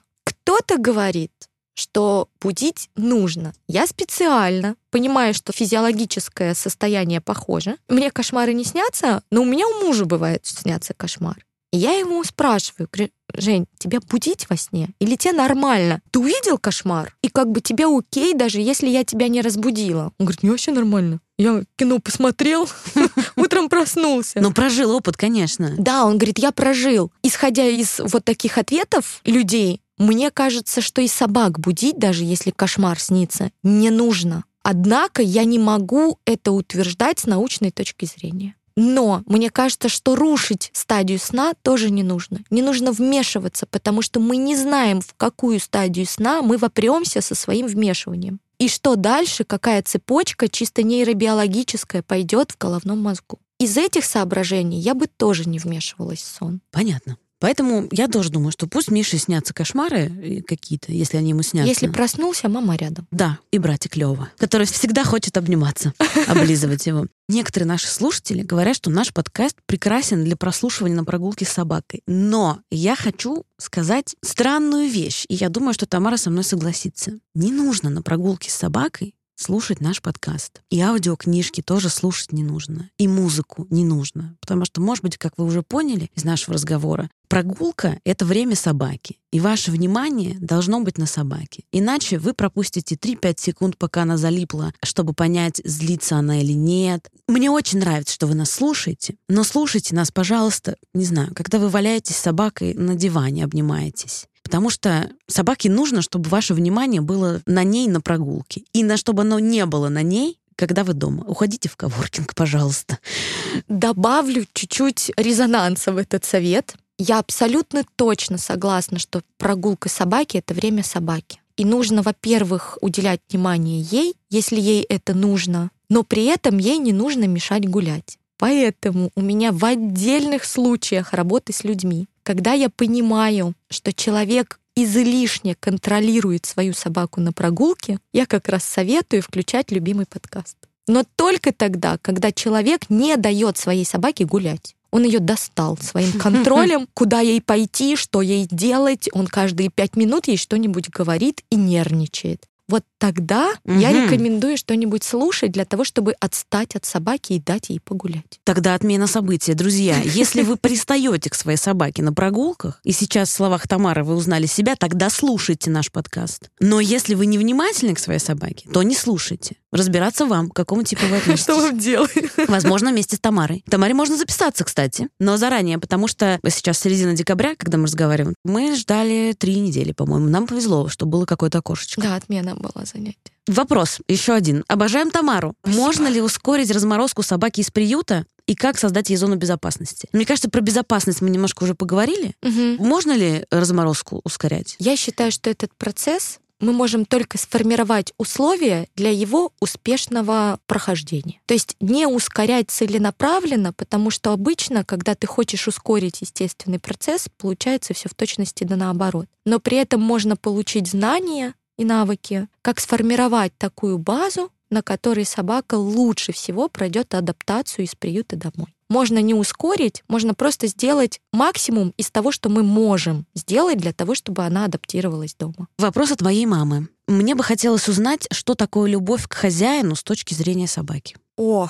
B: Кто-то говорит, что будить нужно. Я специально, понимаю, что физиологическое состояние похоже. Мне кошмары не снятся, но у меня у мужа бывает снятся кошмар. И я ему спрашиваю, говорю: Жень, тебя будить во сне? Или тебе нормально? Ты увидел кошмар? И как бы тебе окей, даже если я тебя не разбудила. Он говорит: мне вообще нормально. Я кино посмотрел, утром проснулся.
A: Ну, прожил опыт, конечно.
B: Да, он говорит, я прожил. Исходя из вот таких ответов людей, мне кажется, что и собак будить, даже если кошмар снится, не нужно. Однако я не могу это утверждать с научной точки зрения. Но мне кажется, что рушить стадию сна тоже не нужно. Не нужно вмешиваться, потому что мы не знаем, в какую стадию сна мы вопремся со своим вмешиванием. И что дальше, какая цепочка чисто нейробиологическая пойдет в головном мозгу. Из этих соображений я бы тоже не вмешивалась в сон.
A: Понятно. Поэтому я тоже думаю, что пусть Мише снятся кошмары какие-то, если они ему снятся.
B: Если проснулся, мама рядом.
A: Да, и братик Лёва, который всегда хочет обниматься, облизывать его. Некоторые наши слушатели говорят, что наш подкаст прекрасен для прослушивания на прогулке с собакой. Но я хочу сказать странную вещь, и я думаю, что Тамара со мной согласится. Не нужно на прогулке с собакой слушать наш подкаст. И аудиокнижки тоже слушать не нужно. И музыку не нужно. Потому что, может быть, как вы уже поняли из нашего разговора, прогулка — это время собаки. И ваше внимание должно быть на собаке. Иначе вы пропустите три-пять секунд, пока она залипла, чтобы понять, злится она или нет. Мне очень нравится, что вы нас слушаете. Но слушайте нас, пожалуйста, не знаю, когда вы валяетесь с собакой на диване, обнимаетесь. Потому что собаке нужно, чтобы ваше внимание было на ней на прогулке. И на чтобы оно не было на ней, когда вы дома. Уходите в коворкинг, пожалуйста.
B: Добавлю чуть-чуть резонанса в этот совет. Я абсолютно точно согласна, что прогулка собаки — это время собаки. И нужно, во-первых, уделять внимание ей, если ей это нужно, но при этом ей не нужно мешать гулять. Поэтому у меня в отдельных случаях работы с людьми, когда я понимаю, что человек излишне контролирует свою собаку на прогулке, я как раз советую включать любимый подкаст. Но только тогда, когда человек не дает своей собаке гулять. Он ее достал своим контролем, куда ей пойти, что ей делать. Он каждые пять минут ей что-нибудь говорит и нервничает. Вот тогда угу. я рекомендую что-нибудь слушать для того, чтобы отстать от собаки и дать ей погулять.
A: Тогда отмена события. Друзья, если вы пристаете к своей собаке на прогулках, и сейчас в словах Тамары вы узнали себя, тогда слушайте наш подкаст. Но если вы невнимательны к своей собаке, то не слушайте. Разбираться вам, к какому типу вы относитесь.
B: Что вам делать?
A: Возможно, вместе с Тамарой. Тамаре можно записаться, кстати, но заранее, потому что сейчас середина декабря, когда мы разговариваем, мы ждали три недели, по-моему. Нам повезло, что было какое-то окошечко.
B: Да, отмена была занятие.
A: Вопрос еще один. Обожаем Тамару.
B: Спасибо.
A: Можно ли ускорить разморозку собаки из приюта и как создать ей зону безопасности? Мне кажется, про безопасность мы немножко уже поговорили.
B: Угу.
A: Можно ли разморозку ускорять?
B: Я считаю, что этот процесс мы можем только сформировать условия для его успешного прохождения. То есть не ускорять целенаправленно, потому что обычно, когда ты хочешь ускорить естественный процесс, получается все в точности да наоборот. Но при этом можно получить знания и навыки, как сформировать такую базу, на которой собака лучше всего пройдет адаптацию из приюта домой. Можно не ускорить, можно просто сделать максимум из того, что мы можем сделать для того, чтобы она адаптировалась дома.
A: Вопрос от моей мамы. Мне бы хотелось узнать, что такое любовь к хозяину с точки зрения собаки.
B: Ох,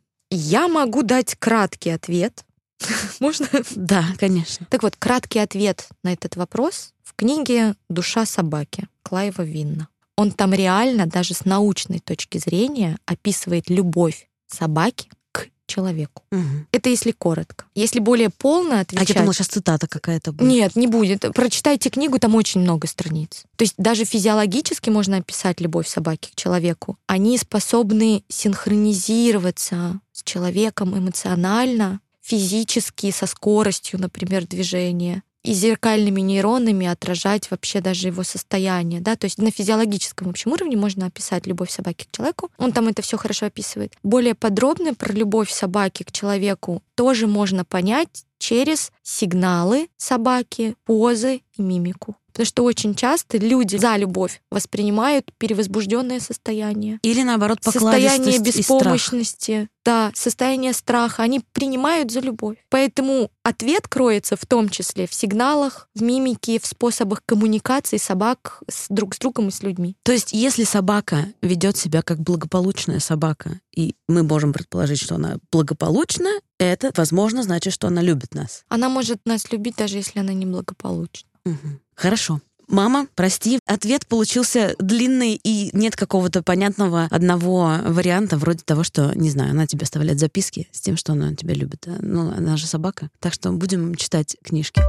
B: я могу дать краткий ответ. Можно?
A: Да, конечно.
B: Так вот, краткий ответ на этот вопрос в книге «Душа собаки» Клайва Винна. Он там реально, даже с научной точки зрения, описывает любовь собаки к человеку.
A: Угу.
B: Это если коротко. Если более полно отвечать...
A: А я думала, сейчас цитата какая-то будет.
B: Нет, не будет. Прочитайте книгу, там очень много страниц. То есть даже физиологически можно описать любовь собаки к человеку. Они способны синхронизироваться с человеком эмоционально, физически, со скоростью, например, движения, и зеркальными нейронами отражать вообще даже его состояние. Да? То есть на физиологическом общем уровне можно описать любовь собаки к человеку. Он там это все хорошо описывает. Более подробно про любовь собаки к человеку тоже можно понять через сигналы собаки, позы и мимику. Потому что очень часто люди за любовь воспринимают перевозбужденное состояние.
A: Или, наоборот,
B: состояние
A: покладистость
B: беспомощности. Да, состояние страха. Они принимают за любовь. Поэтому ответ кроется в том числе в сигналах, в мимике, в способах коммуникации собак с друг с другом и с людьми.
A: То есть, если собака ведет себя как благополучная собака, и мы можем предположить, что она благополучна, это, возможно, значит, что она любит нас.
B: Она может нас любить, даже если она неблагополучна.
A: Угу. Хорошо. Мама, прости, ответ получился длинный, и нет какого-то понятного одного варианта, вроде того, что, не знаю, она тебе оставляет записки с тем, что она тебя любит. Ну, она же собака. Так что будем читать книжки.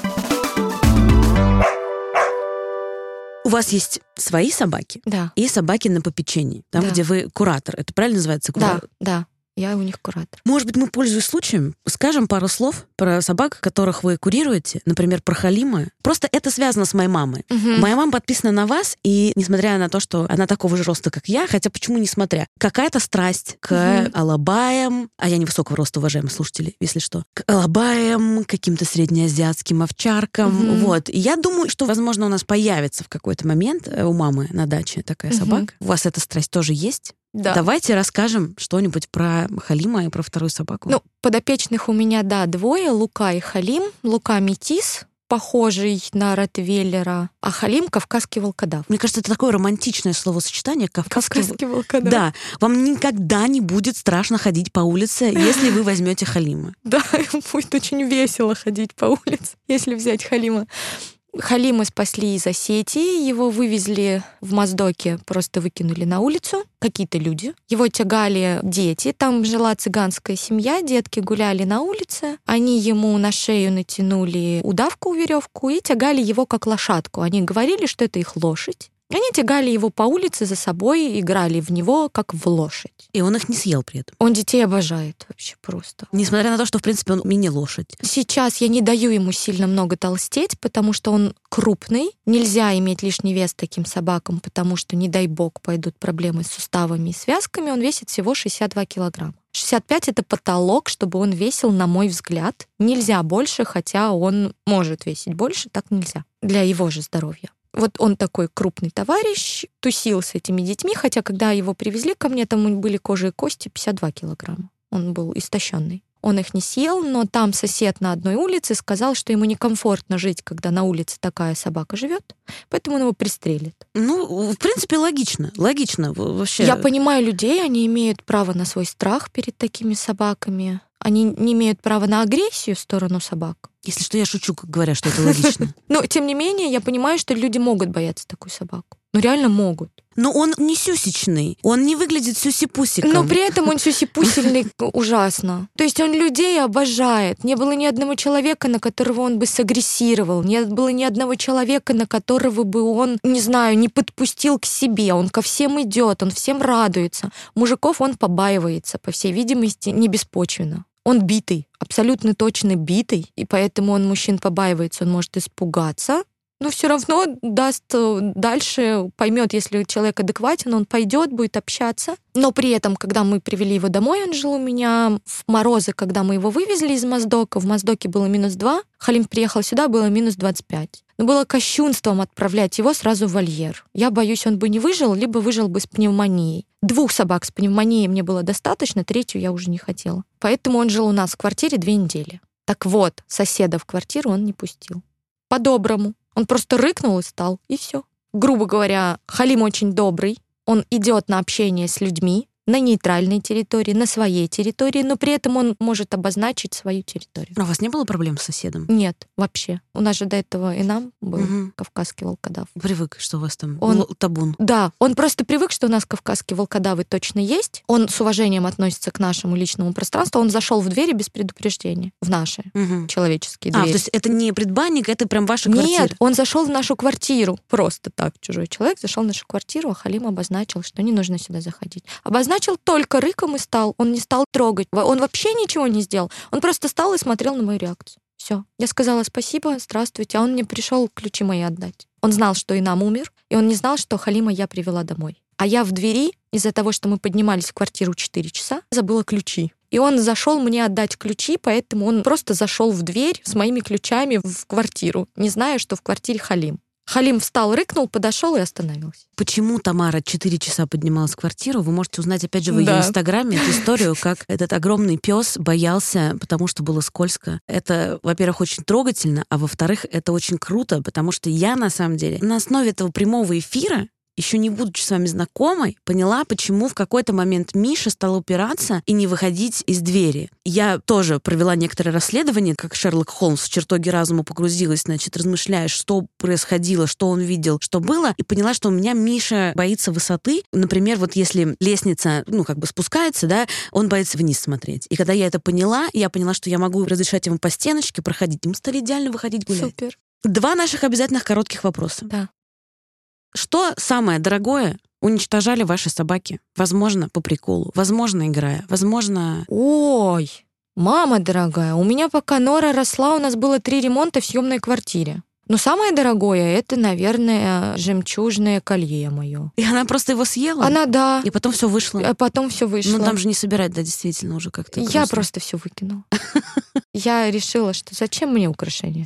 A: У вас есть свои собаки?
B: Да.
A: И собаки на попечении, там,
B: Да.
A: где вы куратор. Это правильно называется?
B: Да, да. Я у них куратор.
A: Может быть, мы, пользуясь случаем, скажем пару слов про собак, которых вы курируете, например, про Халима. Просто это связано с моей мамой.
B: Угу.
A: Моя мама подписана на вас, и несмотря на то, что она такого же роста, как я, хотя почему несмотря, какая-то страсть к
B: Мгм.
A: алабаям, а я невысокого роста, уважаемые слушатели, если что, к алабаям, каким-то среднеазиатским овчаркам,
B: Мгм.
A: вот. И я думаю, что, возможно, у нас появится в какой-то момент э, у мамы на даче такая
B: Мгм.
A: собака. У вас эта страсть тоже есть?
B: Да.
A: Давайте расскажем что-нибудь про Халима и про вторую собаку.
B: Ну, подопечных у меня, да, двое, Лука и Халим. Лука метис, похожий на ротвейлера, а Халим — кавказский волкодав.
A: Мне кажется, это такое романтичное словосочетание. Кавказский...
B: Кавказский волкодав.
A: Да, вам никогда не будет страшно ходить по улице, если вы возьмете Халима.
B: Да, будет очень весело ходить по улице, если взять Халима. Халима спасли из Осетии, его вывезли в Моздоке, просто выкинули на улицу какие-то люди. Его тягали дети, там жила цыганская семья, детки гуляли на улице. Они ему на шею натянули удавку, веревку и тягали его как лошадку. Они говорили, что это их лошадь. Они тягали его по улице за собой, играли в него как в лошадь.
A: И он их не съел при этом.
B: Он детей обожает вообще просто.
A: Несмотря на то, что, в принципе, он мини-лошадь.
B: Сейчас я не даю ему сильно много толстеть, потому что он крупный. Нельзя иметь лишний вес таким собакам, потому что, не дай бог, пойдут проблемы с суставами и связками. Он весит всего шестьдесят два килограмма. шестьдесят пять — это потолок, чтобы он весил, на мой взгляд. Нельзя больше, хотя он может весить больше, так нельзя. Для его же здоровья. Вот он такой крупный товарищ, тусил с этими детьми, хотя когда его привезли ко мне, там были кожа и кости пятьдесят два килограмма. Он был истощенный. Он их не съел, но там сосед на одной улице сказал, что ему некомфортно жить, когда на улице такая собака живет, поэтому он его пристрелит.
A: Ну, в принципе, логично. Логично вообще.
B: Я понимаю людей, они имеют право на свой страх перед такими собаками. Они не имеют права на агрессию в сторону собак.
A: Если что, я шучу, говоря, что это логично.
B: Но, тем не менее, я понимаю, что люди могут бояться такую собаку. Ну, реально могут.
A: Но он не сюсечный. Он не выглядит сюси-пусиком.
B: Но при этом он сюси-пусельный ужасно. То есть он людей обожает. Не было ни одного человека, на которого он бы сагрессировал. Не было ни одного человека, на которого бы он, не знаю, не подпустил к себе. Он ко всем идет, он всем радуется. Мужиков он побаивается, по всей видимости, не беспочвенно. Он битый, абсолютно точно битый, и поэтому он мужчин побаивается, он может испугаться, но все равно даст дальше, поймет, если человек адекватен, он пойдет, будет общаться. Но при этом, когда мы привели его домой, он жил у меня в морозы, когда мы его вывезли из Моздока, в Моздоке было минус два, Халим приехал сюда, было минус двадцать пять. Но было кощунством отправлять его сразу в вольер. Я боюсь, он бы не выжил, либо выжил бы с пневмонией. Двух собак с пневмонией мне было достаточно, третью я уже не хотела. Поэтому он жил у нас в квартире две недели. Так вот, соседа в квартиру он не пустил. По-доброму. Он просто рыкнул и стал, и все. Грубо говоря, Халим очень добрый. Он идет на общение с людьми на нейтральной территории, на своей территории, но при этом он может обозначить свою территорию.
A: А у вас не было проблем с соседом?
B: Нет, вообще. У нас же до этого Инам был,
A: Угу.
B: кавказский волкодав.
A: Привык, что у вас там
B: Он-
A: л- табун.
B: Да, он просто привык, что у нас кавказские волкодавы точно есть. Он с уважением относится к нашему личному пространству. Он зашел в двери без предупреждения, в наши
A: Мгм.
B: человеческие
A: А,
B: двери.
A: то есть это не предбанник, это прям ваша квартира?
B: Нет, он зашел в нашу квартиру. Просто так чужой человек зашел в нашу квартиру, а Халим обозначил, что не нужно сюда заходить. Обозначил только рыком и стал. Он не стал трогать. Он вообще ничего не сделал. Он просто стал и смотрел на мою реакцию. Все. Я сказала спасибо, здравствуйте, а он мне пришел ключи мои отдать. Он знал, что Инам умер, и он не знал, что Халима я привела домой. А я в двери, из-за того, что мы поднимались в квартиру четыре часа, забыла ключи. И он зашел мне отдать ключи, поэтому он просто зашел в дверь с моими ключами в квартиру, не зная, что в квартире Халим. Халим встал, рыкнул, подошел и остановился.
A: Почему Тамара четыре часа поднималась в квартиру? Вы можете узнать, опять же, в
B: Да.
A: ее инстаграме эту историю, как этот огромный пес боялся, потому что было скользко. Это, во-первых, очень трогательно, а во-вторых, это очень круто, потому что я, на самом деле, на основе этого прямого эфира, еще не будучи с вами знакомой, поняла, почему в какой-то момент Миша стал упираться и не выходить из двери. Я тоже провела некоторое расследование, как Шерлок Холмс в чертоге разума погрузилась, значит, размышляя, что происходило, что он видел, что было, и поняла, что у меня Миша боится высоты. Например, вот если лестница, ну, как бы спускается, да, он боится вниз смотреть. И когда я это поняла, я поняла, что я могу разрешать ему по стеночке проходить, и мы стали идеально выходить гулять.
B: Супер.
A: Два наших обязательных коротких вопроса.
B: Да.
A: Что самое дорогое уничтожали ваши собаки? Возможно, по приколу, возможно, играя, возможно...
B: Ой, мама дорогая, у меня пока Нора росла, у нас было три ремонта в съемной квартире. Но самое дорогое — это, наверное, жемчужное колье мое.
A: И она просто его съела?
B: Она, да.
A: И потом все вышло?
B: А потом все вышло.
A: Ну, там же не собирать, да, действительно, уже как-то
B: Я
A: грустно.
B: просто все выкинула. Я решила, что зачем мне украшения?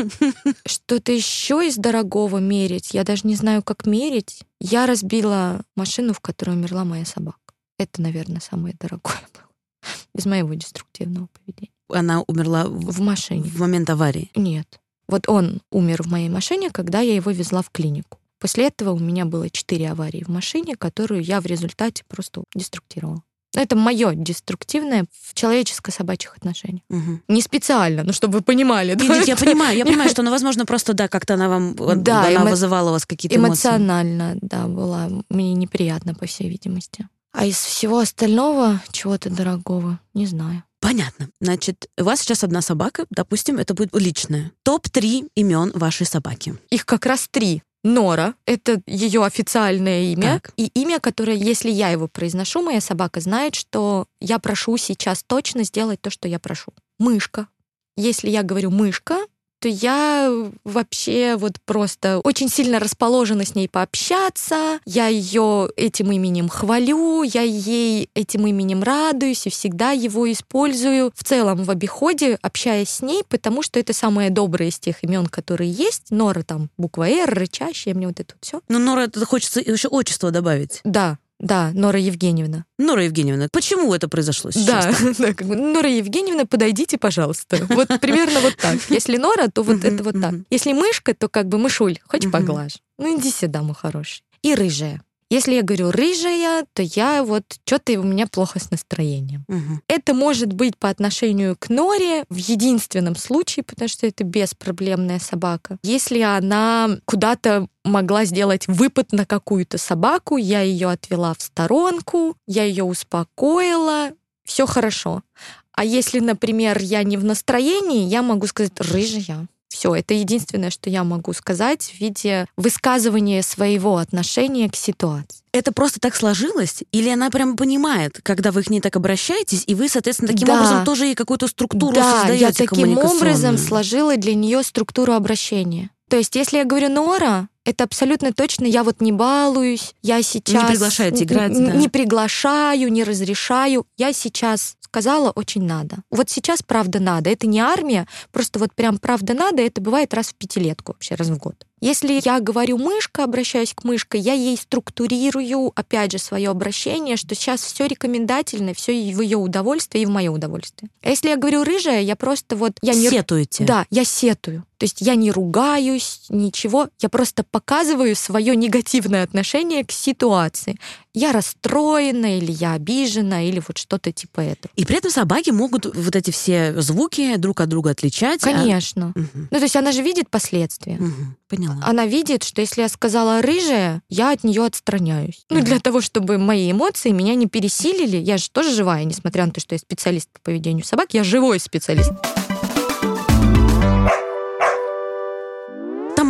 B: Что-то еще из дорогого мерить, я даже не знаю, как мерить. Я разбила машину, в которой умерла моя собака. Это, наверное, самое дорогое было из моего деструктивного поведения.
A: Она умерла в,
B: В машине.
A: в момент аварии?
B: Нет. Вот он умер в моей машине, когда я его везла в клинику. После этого у меня было четыре аварии в машине, которую я в результате просто деструктировала. Это мое деструктивное в человеческо-собачьих отношениях.
A: Угу.
B: Не специально, ну, чтобы вы понимали. Да?
A: Нет, я понимаю, я понимаю, что, ну, возможно, просто, да, как-то она вам,
B: Да,
A: она
B: эмо-
A: вызывала у вас какие-то эмоции.
B: Эмоционально, да, была мне неприятно, по всей видимости. А из всего остального, чего-то дорогого, не знаю.
A: Понятно. Значит, у вас сейчас одна собака, допустим, это будет личное. топ три имен вашей собаки.
B: Их как раз три. Нора — это ее официальное имя.
A: Так.
B: И имя, которое, если я его произношу, моя собака знает, что я прошу сейчас точно сделать то, что я прошу. Мышка. Если я говорю «мышка», то я вообще вот просто очень сильно расположена с ней пообщаться, я ее этим именем хвалю, я ей этим именем радуюсь и всегда его использую в целом в обиходе, общаясь с ней, потому что это самое доброе из тех имен, которые есть. Нора там буква «Р», рычащая, мне вот это вот все.
A: Ну, Нора, это хочется еще отчество добавить.
B: Да, да, Нора Евгеньевна.
A: Нора Евгеньевна, почему это произошло
B: Да,
A: сейчас?
B: да, как бы, Нора Евгеньевна, подойдите, пожалуйста. Вот примерно вот так. Если Нора, то вот это вот так. Если мышка, то как бы мышуль, хоть поглажь. Ну иди сюда, мой хороший. И рыжая. Если я говорю рыжая, то я вот что-то у меня плохо с настроением.
A: Угу.
B: Это может быть по отношению к Норе в единственном случае, потому что это беспроблемная собака. Если она куда-то могла сделать выпад на какую-то собаку, я ее отвела в сторонку, я ее успокоила, все хорошо. А если, например, я не в настроении, я могу сказать «рыжая». Все, это единственное, что я могу сказать в виде высказывания своего отношения к ситуации.
A: Это просто так сложилось? Или она прям понимает, когда вы к ней так обращаетесь, и вы, соответственно, таким
B: Да.
A: образом тоже ей какую-то структуру
B: Да,
A: создаете
B: я таким
A: коммуникационную?
B: образом сложила для нее структуру обращения. То есть, если я говорю «Нора», это абсолютно точно, я вот не балуюсь, я сейчас...
A: Не приглашаете играть,
B: н-
A: да.
B: Не приглашаю, не разрешаю. Я сейчас сказала «очень надо». Вот сейчас правда надо. Это не армия, просто вот прям правда надо, это бывает раз в пятилетку вообще, раз в год. Если я говорю «мышка», обращаюсь к мышке, я ей структурирую, опять же, свое обращение, что сейчас все рекомендательно, все в ее удовольствие и в мое удовольствие. А если я говорю «рыжая», я просто вот... Я не...
A: Сетуете?
B: Да, я сетую. То есть я не ругаюсь, ничего, я просто показываю свое негативное отношение к ситуации. Я расстроена, или я обижена, или вот что-то типа этого.
A: И при этом собаки могут вот эти все звуки друг от друга отличать. а-
B: Конечно.
A: Мгм.
B: Ну, то есть она же видит последствия.
A: Мгм. Поняла.
B: Она видит, что если я сказала «рыжая», я от нее отстраняюсь. Ну,
A: Мгм.
B: для того, чтобы мои эмоции меня не пересилили. Я же тоже живая, несмотря на то, что я специалист по поведению собак. Я живой специалист.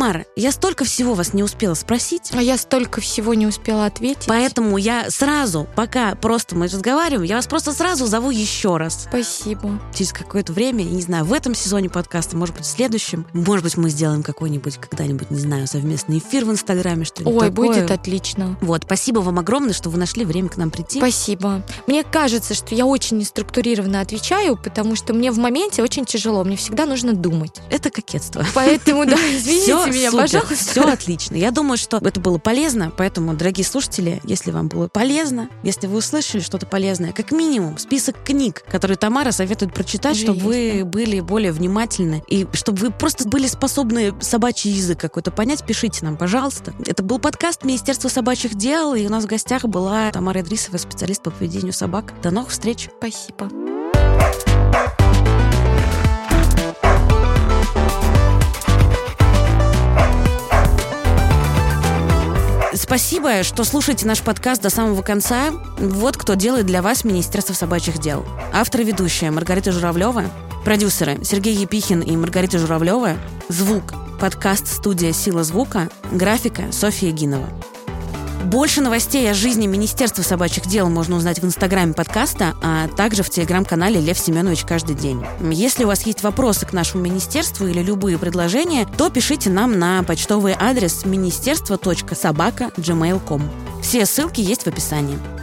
A: Тамара, я столько всего вас не успела спросить.
B: А я столько всего не успела ответить.
A: Поэтому я сразу, пока просто мы разговариваем, я вас просто сразу зову еще раз.
B: Спасибо.
A: Через какое-то время, я не знаю, в этом сезоне подкаста, может быть, в следующем. Может быть, мы сделаем какой-нибудь когда-нибудь, не знаю, совместный эфир в Инстаграме, что-нибудь
B: Ой,
A: такое.
B: будет отлично.
A: Вот, спасибо вам огромное, что вы нашли время к нам прийти.
B: Спасибо. Мне кажется, что я очень неструктурированно отвечаю, потому что мне в моменте очень тяжело. Мне всегда нужно думать.
A: Это кокетство.
B: Поэтому, да, извините
A: Всё
B: меня,
A: супер,
B: пожалуйста.
A: Все отлично. Я думаю, что это было полезно, поэтому, дорогие слушатели, если вам было полезно, если вы услышали что-то полезное, как минимум список книг, которые Тамара советует прочитать,
B: Жизнь.
A: чтобы вы были более внимательны и чтобы вы просто были способны собачий язык какой-то понять, пишите нам, пожалуйста. Это был подкаст Министерства собачьих дел, и у нас в гостях была Тамара Идрисова, специалист по поведению собак. До новых встреч.
B: Спасибо.
A: Спасибо, что слушаете наш подкаст до самого конца. Вот кто делает для вас Министерство собачьих дел. Автор и ведущая Маргарита Журавлева, продюсеры Сергей Епихин и Маргарита Журавлева, звук, подкаст-студия «Сила звука», графика Софья Гинова. Больше новостей о жизни Министерства собачьих дел можно узнать в инстаграме подкаста, а также в телеграм-канале Лев Семенович каждый день. Если у вас есть вопросы к нашему министерству или любые предложения, то пишите нам на почтовый адрес министерство точка собака точка джимейл точка ком. Все ссылки есть в описании.